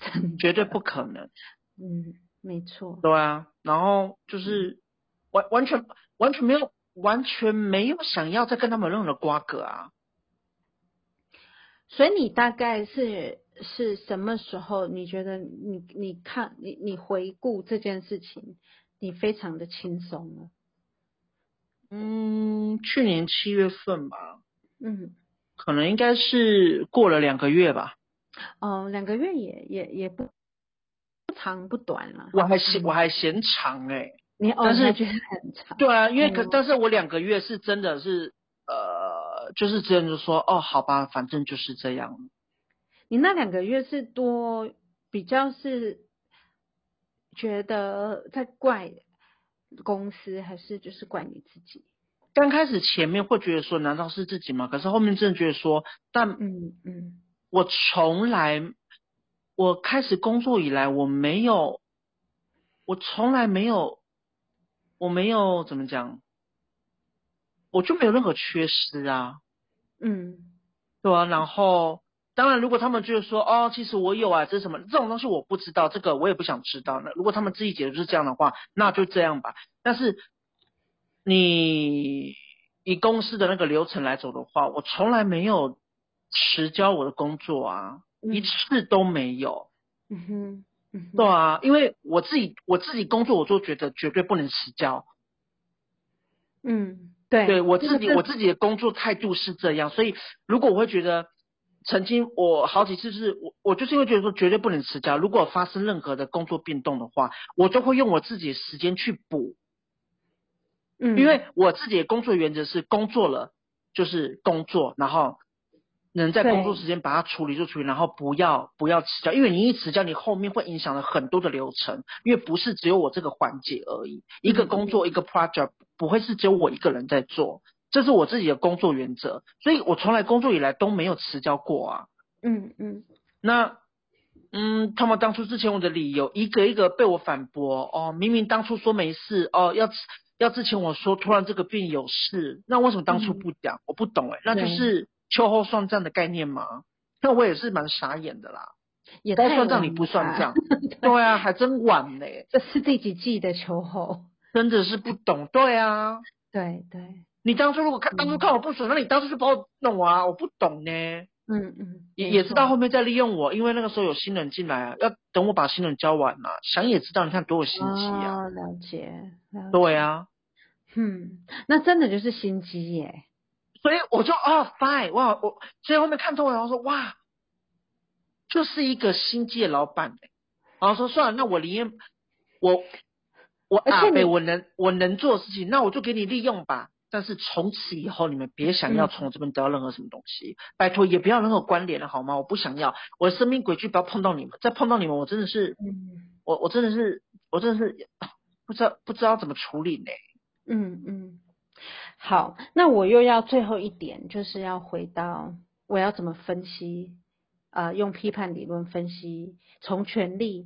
绝对不可能。 没错。 对啊，然后就是完全没有想要再跟他们任何的瓜葛啊。 所以你大概是什么时候？你觉得你回顾这件事情，你非常的轻松了？ 去年7月份吧， 嗯， 可能应该是过了2个月吧。 哦，2个月也不长不短了。 我还嫌长但是你还觉得很长？ 对啊，因为哦， 但是我2个月是真的是就是真的说哦，好吧，反正就是这样。 你那2个月是比较是觉得在怪公司，还是就是怪你自己？ 刚开始前面会觉得说难道是自己吗？可是后面真的觉得说，但嗯嗯我从来我开始工作以来，我从来没有，我没有怎么讲，我就没有任何缺失啊。 嗯对啊，然后当然，如果他们就是说，哦，其实我有啊，这是什么这种东西我不知道，这个我也不想知道。那如果他们自己解读是这样的话，那就这样吧。但是你以公司的那个流程来走的话，我从来没有迟交我的工作啊，一嗯次都没有。 嗯哼嗯哼对啊，因为我自己工作，我就觉得绝对不能迟交。对， 对， 我自己我这个这自己的工作态度是这样，所以如果我会觉得，曾经我好几次是我就是因为觉得说绝对不能迟交，如果发生任何的工作变动的话，我都会用我自己的时间去补，因嗯为我自己的工作原则是工作了就是工作，然后能在工作对时间把它处理就处理，然后不要迟交，因为你一迟交，你后面会影响了很多的流程，因为不是只有我这个环节而已，一个工作一个 project 不会是只有我一个人在做，这是我自己的工作原则，所以我从来工作以来都没有迟交过啊。 嗯嗯那他们当初之前我的理由一个一个被我反驳哦，明明当初说没事哦，要之前我说突然这个病有事，那为什么当初嗯， 不讲？我不懂那就对， 是秋后算账的概念吗？那我也是蛮傻眼的啦， 也该太晚算账你不了吧？ 算账， 对， 对啊，还真晚呢， 这是第几季的秋后？ 真的是不懂，对啊， 对对， 你当初如果当初看我不爽，那你当初就把我弄啊，我不懂呢。也知道没错。 后面在利用我，因为那个时候有新人进来啊，要等我把新人教完嘛。想也知道，你看多有心机啊。 哦，了解了解。 对啊， 那真的就是心机耶。 所以我就fine 哇，所以后面看透了，然后说哇，就是一个心机的老板然后说算了，那我宁愿我而且你， 我能做的事情，那我就给你利用吧。但是从此以后，你们别想要从嗯我这边得到任何什么东西，拜托也不要任何关联了好吗？我不想要，我的生命轨迹不要碰到你们，再碰到你们，我真的是， 嗯我真的是不知道怎么处理呢。 嗯，好，那我又要最后一点，就是要回到我要怎么分析，用批判理论分析，从权力，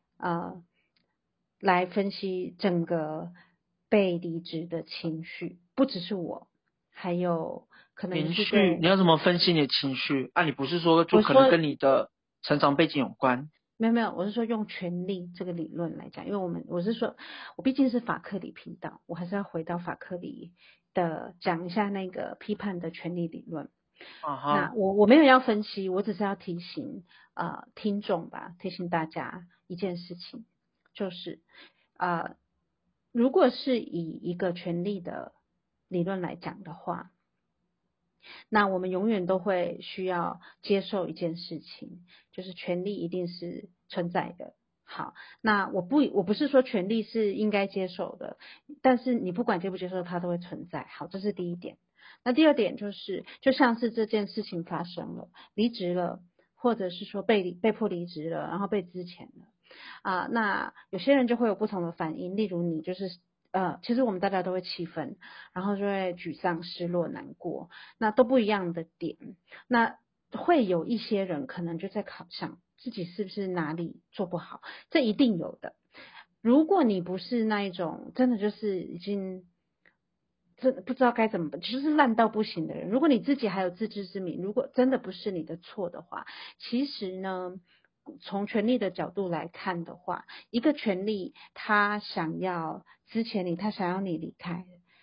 来分析整个被离职的情绪，不只是我，还有可能情绪，你是对， 要怎么分析你的情绪？你不是说就可能我说跟你的成长背景有关？ 没有，我是说用权力这个理论来讲，因为我是说，我毕竟是法克里频道，我还是要回到法克里的讲一下那个批判的权力理论。 啊哈， 那我没有要分析，我只是要提醒听众吧，提醒大家一件事情，就是如果是以一个权力的理论来讲的话，那我们永远都会需要接受一件事情，就是权利一定是存在的。好，那我不是说权利是应该接受的，但是你不管接不接受，它都会存在。好，这是第一点。那第二点就是，就像是这件事情发生了，离职了，或者是说被迫离职了，然后被资遣了那有些人就会有不同的反应，例如你就是其实我们大家都会气愤，然后就会沮丧、失落、难过，那都不一样的点。那会有一些人可能就在想自己是不是哪里做不好，这一定有的。如果你不是那一种真的就是已经真的不知道该怎么办，就是烂到不行的人，如果你自己还有自知之明，如果真的不是你的错的话，其实呢， 从权力的角度来看的话，一个权力他想要之前你，他想要你离开，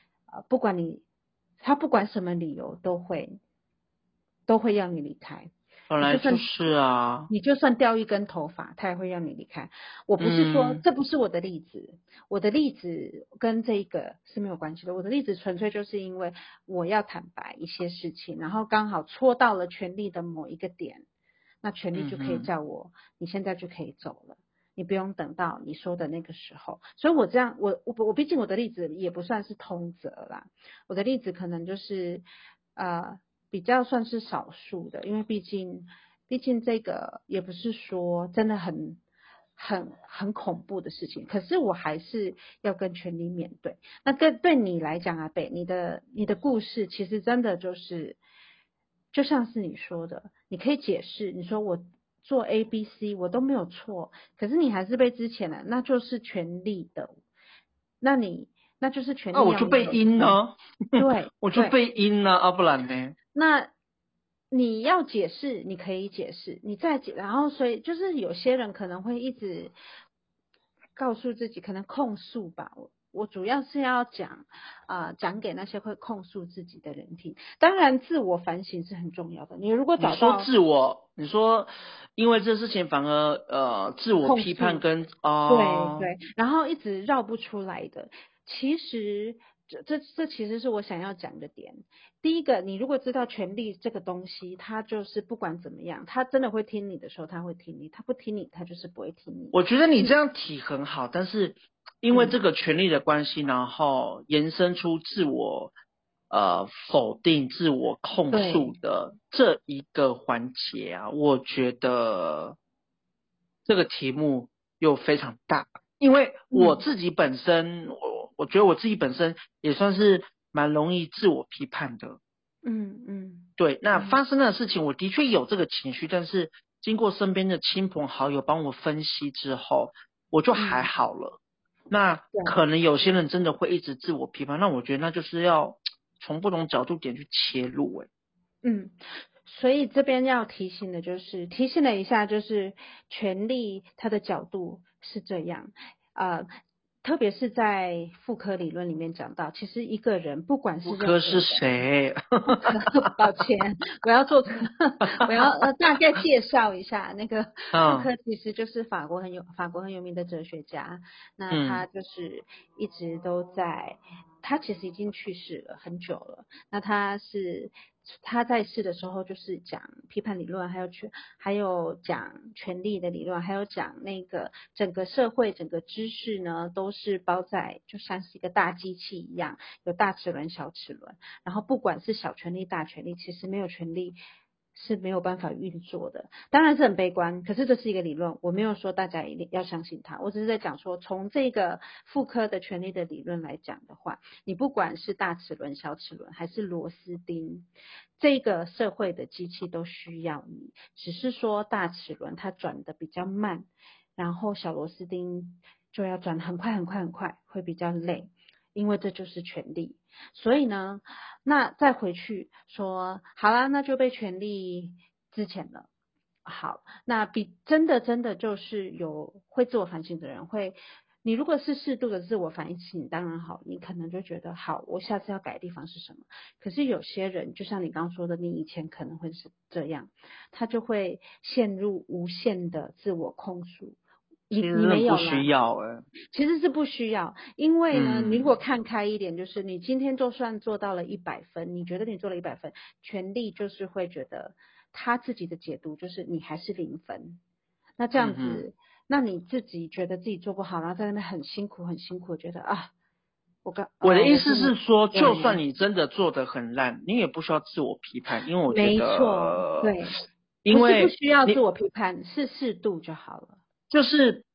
他不管什么理由都会让你离开。 本来就是啊， 你就算掉一根头发，他也会让你离开。我不是说这不是我的例子，我的例子跟这个是没有关系的。我的例子纯粹就是因为我要坦白一些事情，然后刚好戳到了权力的某一个点，那权力就可以叫我，你现在就可以走了。你不用等到你说的那个时候，所以我这样，我毕竟我的例子也不算是通则啦，我的例子可能就是比较算是少数的，因为毕竟这个也不是说真的很恐怖的事情，可是我还是要跟权力面对。那对你来讲啊，北，你的故事其实真的就是就像是你说的，你可以解释，你说我做 ABC 我都没有错，可是你还是被之前了，那就是权力的，那就是权那力要你我就被走的方式。 阴呢， 对我就对， 被阴呢，啊不然呢？ 那你要解释，你可以解释，你再解，然后所以就是有些人可能会一直告诉自己，可能控诉吧。我主要是要讲给那些会控诉自己的人听。当然，自我反省是很重要的。你如果你说找到你说因为这事情反而自我批判控诉， 跟对对，然后一直绕不出来的。其实这其实是我想要讲的点。第一个，你如果知道权力这个东西，它就是不管怎么样，他真的会听你的时候，他会听你；他不听你，他就是不会听你。 我觉得你这样提很好，但是因为这嗯， 个权力的关系，然后延伸出自我否定、自我控诉对， 的这一个环节啊，我觉得这个题目又非常大，因为我嗯自己本身，我觉得我自己本身也算是蛮容易自我批判的。 嗯嗯对，那嗯发生的事情，我的确有这个情绪，但是经过身边的亲朋好友帮我分析之后，我就还嗯， 好了。那对， 可能有些人真的会一直自我批判，那我觉得那就是要从不同角度点去切入。 嗯。所以这边要提醒的就是提醒了一下，就是权力它的角度是这样，呃，特别是在妇科理论里面讲到，其实一个人不管是任妇科是何人， 谁？ 妇科，抱歉，我要做，我要大概介绍一下那个妇嗯科，其实就是法国很有名的哲学家，那他嗯， 就是一直都在，他其实已经去世了很久了，那他在世的时候就是讲批判理论，还有讲权力的理论，还有讲那个整个社会整个知识呢都是包在就像是一个大机器一样，有大齿轮小齿轮。然后不管是小权力、大权力，其实没有权力是没有办法运作的。当然是很悲观，可是这是一个理论，我没有说大家一定要相信它，我只是在讲说，从这个妇科的权力的理论来讲的话，你不管是大齿轮、小齿轮还是螺丝钉，这个社会的机器都需要你，只是说大齿轮它转的比较慢，然后小螺丝钉就要转很快很快很快，会比较累，因为这就是权力。所以呢，那再回去说，好啦，那就被权力之前了。好，那真的就是有会自我反省的人会，你如果是适度的自我反省，当然好，你可能就觉得好，我下次要改的地方是什么？可是有些人，就像你刚说的，你以前可能会是这样，他就会陷入无限的自我控诉。 其实你真的不需没有啦， 要其实是不需要，因为呢，你如果嗯， 看开一点，就是你今天就算做到了100分，你觉得你做了100分，权力就是会觉得他自己的解读就是你还是0分，那这样嗯哼。 子，那你自己觉得自己做不好，然后在那边很辛苦很辛苦，觉得我的意我不能， 思是说，就算对， 你真的做得很烂，你也不需要自我批判，因为我觉没错， 得， 对，不是不因为你需要自我批判，是适度就好了， 就是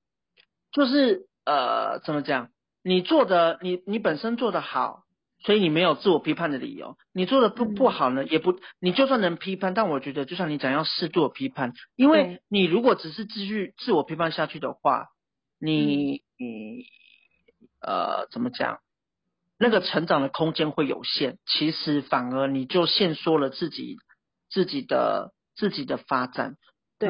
怎么讲？你做的你本身做的好，所以你没有自我批判的理由。你做的不嗯， 好呢，也不你就算能批判，但我觉得就像你讲要适度的批判，因为对， 你如果只是继续自我批判下去的话， 嗯你怎么讲？那个嗯， 成长的空间会有限，其实反而你就限缩了自己的发展。 对， 那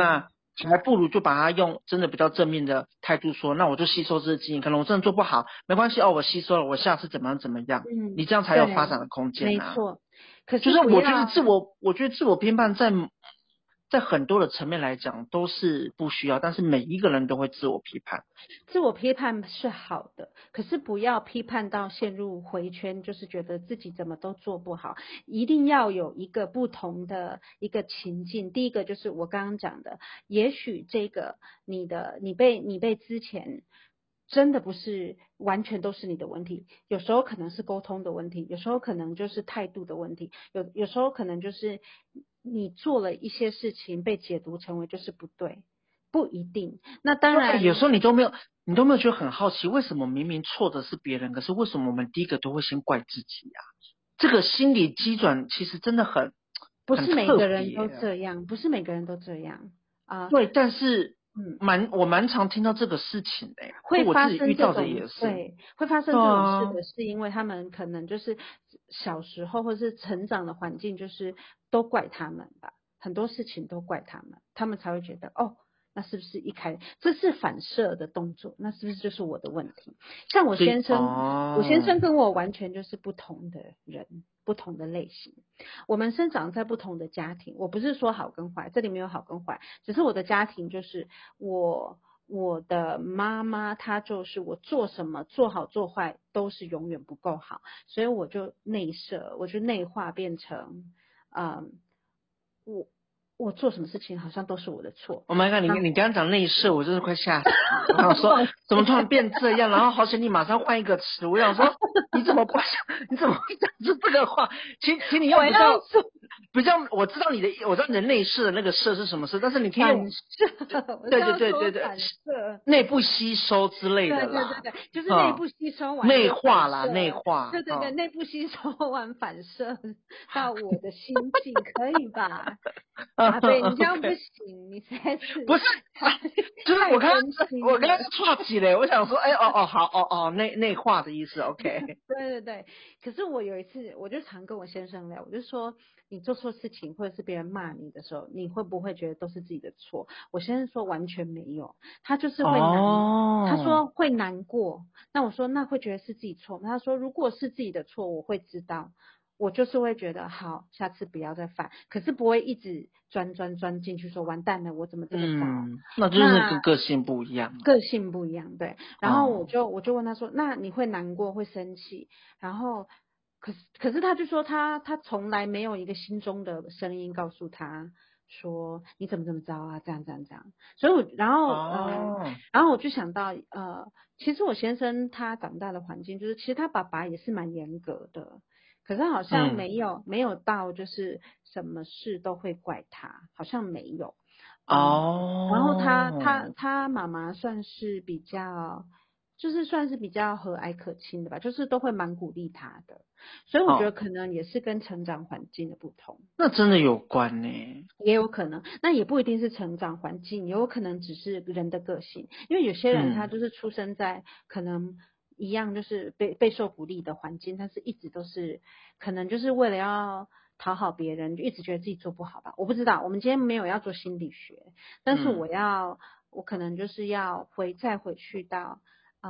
还不如就把它用真的比较正面的态度说，那我就吸收这个经验，可能我真的做不好，没关系哦，我吸收了，我下次怎么样怎么样，你这样才有发对， 展的空间啊。 没错。可就是不要是我觉得自我批判在很多的层面来讲都是不需要，但是每一个人都会自我批判。 自我批判是好的，可是不要批判到陷入回圈，就是觉得自己怎么都做不好。一定要有一个不同的一个情境。第一个就是我刚刚讲的，也许这个你被之前真的不是完全都是你的问题，有时候可能是沟通的问题，有时候可能就是态度的问题，有时候可能就是你做了一些事情被解读成为就是不对。不一定，那当对，有然时候你都没有觉得很好奇，为什么明明错的是别人，可是为什么我们第一个都会先怪自己呀？这个心理机转其实真的很不是每特个人都别。 这样，不是每个人都这样啊。 对，但是嗯， 我蛮常听到这个事情的，就会发我自己遇到的生这种， 也是。 对，会发对生这种事啊， 的是因为他们可能就是小时候或是成长的环境，就是都怪他们吧，很多事情都怪他们，他们才会觉得哦。那是不是这是反射的动作？那是不是就是我的问题？像所以我先哦， 生跟我完全就是不同的人，不同的类型。我们生长在不同的家庭，我不是说好跟坏，这里没有好跟坏，只是我的家庭就是我的妈妈，她就是我做什么做好做坏都是永远不够好，所以我就内射，我就内化变成，嗯，我我做什么事情好像都是我的错。 Oh my god！你刚刚讲内射，我真是快吓死了。我想说， 抱怎么突然变这样？然后好险你马上换一个词。我想说，你怎么不想？你怎么会讲出这个话？请你我要用说比较，我知道你的内射的那个射是什么射，但是你可以用， 反射，我是对对要对对对， 说反射。 内部吸收之类的啦， 对对对对，就是内哈、 部吸收完内就反化啦，内射， 化， 对对对， 哈、 内部吸收完反射到我的心境，可以吧？阿贝，你这样不 OK， 行，你实在是不是，就是太真我刚刚心了。 岔起嘞，我想说，哎好内化的意思，OK。 对对对，可是我有一次，我就常跟我先生聊，我就说，你做错事情或者是别人骂你的时候，你会不会觉得都是自己的错？我先生说完全没有，他就是会他哦， 说会难过。那我说那会觉得是自己错吗？他说如果是自己的错，我会知道，我就是会觉得好，下次不要再犯，可是不会一直钻进去说完蛋了，我怎么这么糟？ 那就是那个性不一样了。 个性不一样，对。然后哦， 我就问他说，那你会难过会生气？然后可是他就说他从来没有一个心中的声音告诉他说你怎么这么糟啊，这样这样这样。所以哦， 然后我就想到其实我先生他长大的环境就是其实他爸爸也是蛮严格的。可是好像嗯， 没有到就是什么事都会怪他，好像没有。然后哦， 他妈妈算是比较，就是算是比较和蔼可亲的吧，就是都会蛮鼓励他的，所以我觉得好， 可能也是跟成长环境的不同， 那真的有关呢。 也有可能，那也不一定是成长环境，也有可能只是人的个性，因为有些人他嗯就是出生在可能一样就是备受鼓励的环境，但是一直都是可能就是为了要讨好别人，就一直觉得自己做不好吧。我不知道，我们今天没有要做心理学，但是嗯， 我可能就是要再回去到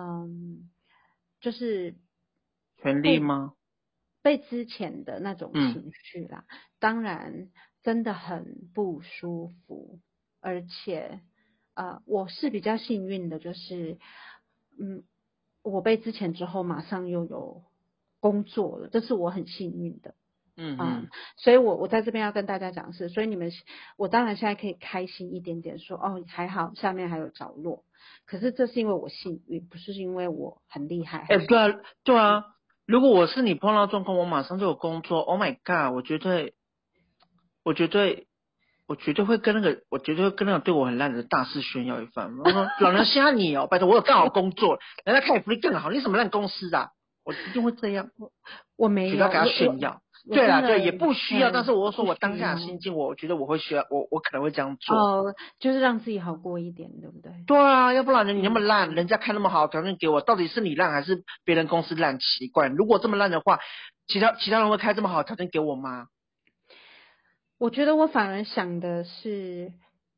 就是权利被吗？ 之前的那种嗯， 情绪啦。当然真的很不舒服，而且我是比较幸运的，就是我被之前之后马上又有工作了，这是我很幸运的。嗯， 嗯嗯， 所以我在这边要跟大家讲的是，所以我当然现在可以开心一点点说，哦，还好下面还有着落，可是这是因为我幸运，不是因为我很厉害还哎， 是什么。 对啊，对啊，如果我是你碰到状况，我马上就有工作，Oh my god，我绝对，我绝对会跟那个对我很烂的大肆炫耀一番。我说老娘瞎你哦，拜托，我有更好工作，人家开的福利更好，你什么烂公司啊？我一定会这样， 我没有， 绝对要给他炫耀。对啦， 我真的对，也不需要，但是我说不我当需要下的心境，我觉得我会需要，我可能会这样做。 哦，就是让自己好过一点，对不对？ 对啊，要不然你那么烂， 嗯， 人家开那么好的条件给我，到底是你烂还是别人公司烂？奇怪，如果这么烂的话，其他人会开这么好的条件给我吗？ 我觉得我反而想的是，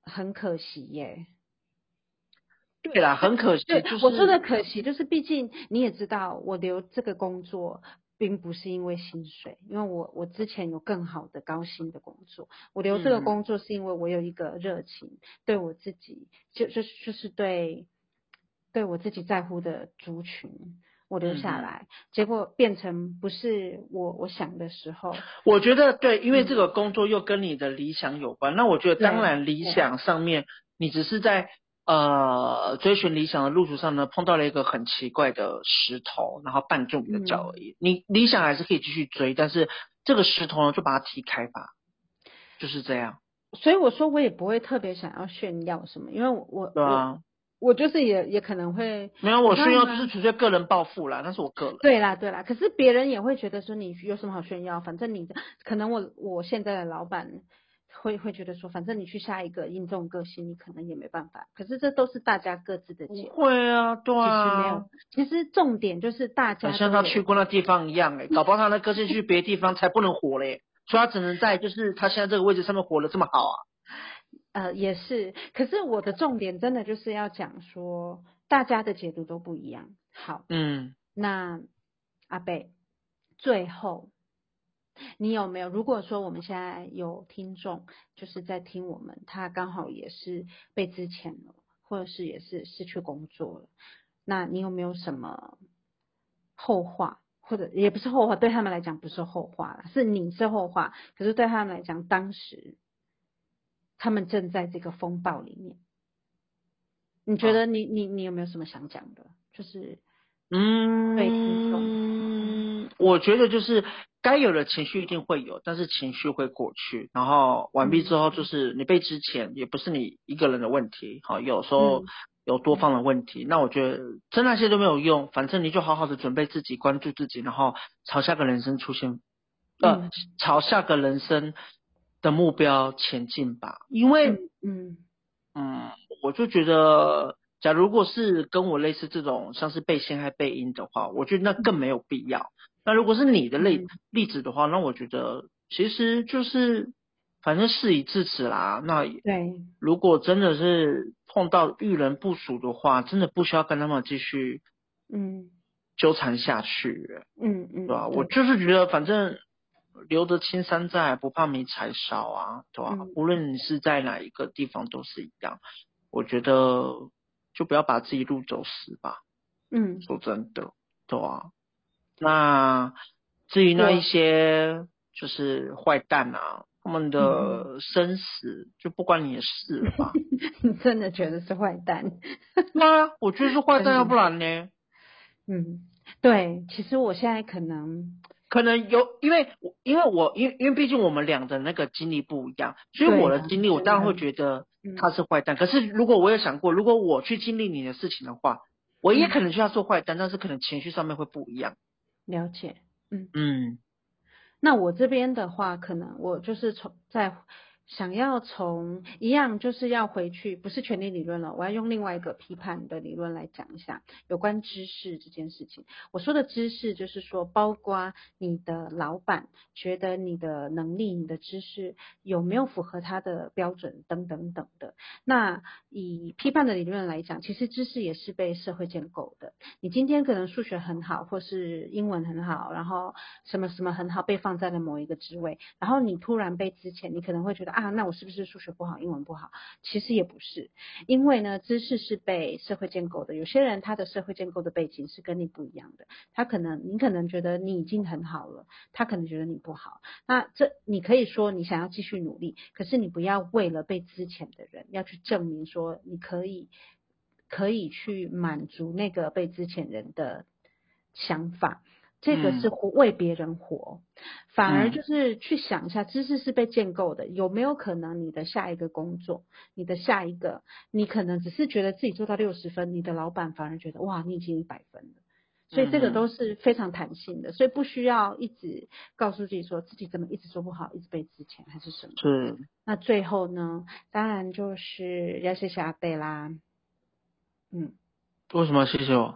很可惜耶。 对啦，很可惜， 对， 就是我说的可惜，就是毕竟你也知道，我留这个工作并不是因为薪水，因为我之前有更好的高薪的工作，我留这个工作是因为我有一个热情，对我自己就是对我自己在乎的族群，我留下来，结果变成不是我想的时候， 我觉得对，因为这个工作又跟你的理想有关，那我觉得当然理想上面，你只是在追寻理想的路途上呢，碰到了一个很奇怪的石头，然后绊住你的脚而已。你理想还是可以继续追，但是这个石头呢，就把它踢开吧，就是这样。 所以我说我也不会特别想要炫耀什么，因为对啊， 我就是也可能会， 没有你我炫耀，就知道吗？ 是纯粹个人抱负啦，那是我个人。 对啦对啦，可是别人也会觉得说你有什么好炫耀，反正你可能我现在的老板会觉得说，反正你去下一个应这种个性，你可能也没办法。可是这都是大家各自的不解读， 会啊，对其实没啊， 有，其实重点就是大很像他去家都有。 过那地方一样搞不好他的个性去别的地方才不能活嘞，所以他只能在就是他现在这个位置上面活得这么好啊。 也是，可是我的重点真的就是要讲说，大家的解读都不一样。好， 嗯， 那阿贝，最后你有没有？如果说我们现在有听众就是在听我们，他刚好也是被资遣了，或者是也是失去工作了，那你有没有什么后话？或者也不是后话，对他们来讲不是后话啦，是你是后话，可是对他们来讲，当时他们正在这个风暴里面。你觉啊， 得你有没有什么想讲的？就是对听众， 我觉得就是该有的情绪一定会有，但是情绪会过去，然后完毕之后就是你被之前也不是你一个人的问题，好，有时候有多方的问题，那我觉得真那些都没有用，反正你就好好的准备自己，关注自己，然后朝下个人生出现， 嗯朝下个人生的目标前进吧，因为嗯嗯，我就觉得，假如果是跟我类似这种像是被陷害、被阴的话，我觉得那更没有必要。那如果是你的例子的话，那我觉得其实就是反正事已至此啦。那对， 如果真的是碰到遇人不淑的话，真的不需要跟他们继续嗯纠缠下去，对吧？我对， 就是觉得反正留得青山在，不怕没柴烧啊，对吧？无论你是在哪一个地方都是一样。我觉得就不要把自己路走死吧。 嗯， 说真的，对啊。那至于那一我些就是坏蛋啊，他们的生死就不关你的事了吧？ 你真的觉得是坏蛋， 那我觉得是坏蛋，要不真的， 然呢？ 对，其实我现在可能可能有，因为毕竟我们俩的那个经历不一样，所以我对啊， 的经历我真的， 当然会觉得他是坏蛋。可是如果我有想过，如果我去经历你的事情的话，我也可能去要做坏蛋，但是可能情绪上面会不一样。 了解， 嗯那我这边的话，可能我就是想要从一样，就是要回去，不是权力理论了，我要用另外一个批判的理论来讲一下有关知识这件事情。我说的知识，就是说，包括你的老板觉得你的能力、你的知识有没有符合他的标准等等等的。那以批判的理论来讲，其实知识也是被社会建构的。你今天可能数学很好，或是英文很好，然后什么什么很好，被放在了某一个职位，然后你突然被资遣，你可能会觉得啊，那我是不是数学不好，英文不好？其实也不是，因为呢，知识是被社会建构的。有些人他的社会建构的背景是跟你不一样的，你可能觉得你已经很好了，他可能觉得你不好。那你可以说你想要继续努力，可是你不要为了被资遣的人要去证明说你可以去满足那个被资遣人的想法。这个是为别人活，反而就是去想一下，知识是被建构的，有没有可能你的下一个工作，你的下一个，你可能只是觉得自己做到60分，你的老板反而觉得哇，你已经100分了。所以这个都是非常弹性的，所以不需要一直告诉自己说自己怎么一直做不好，一直被资遣还是什么。 是。 那最后呢，当然就是要谢谢阿贝啦，嗯。 为什么要谢谢我？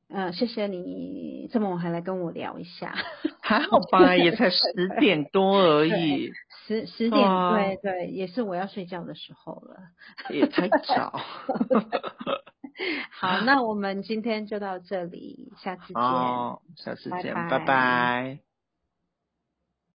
谢谢你这么晚还来跟我聊一下。 还好吧，也才10点多而已。 对，10点，对对，也是我要睡觉的时候了。 也太早。 好，那我们今天就到这里，下次见， 好，下次拜见，拜拜。 拜。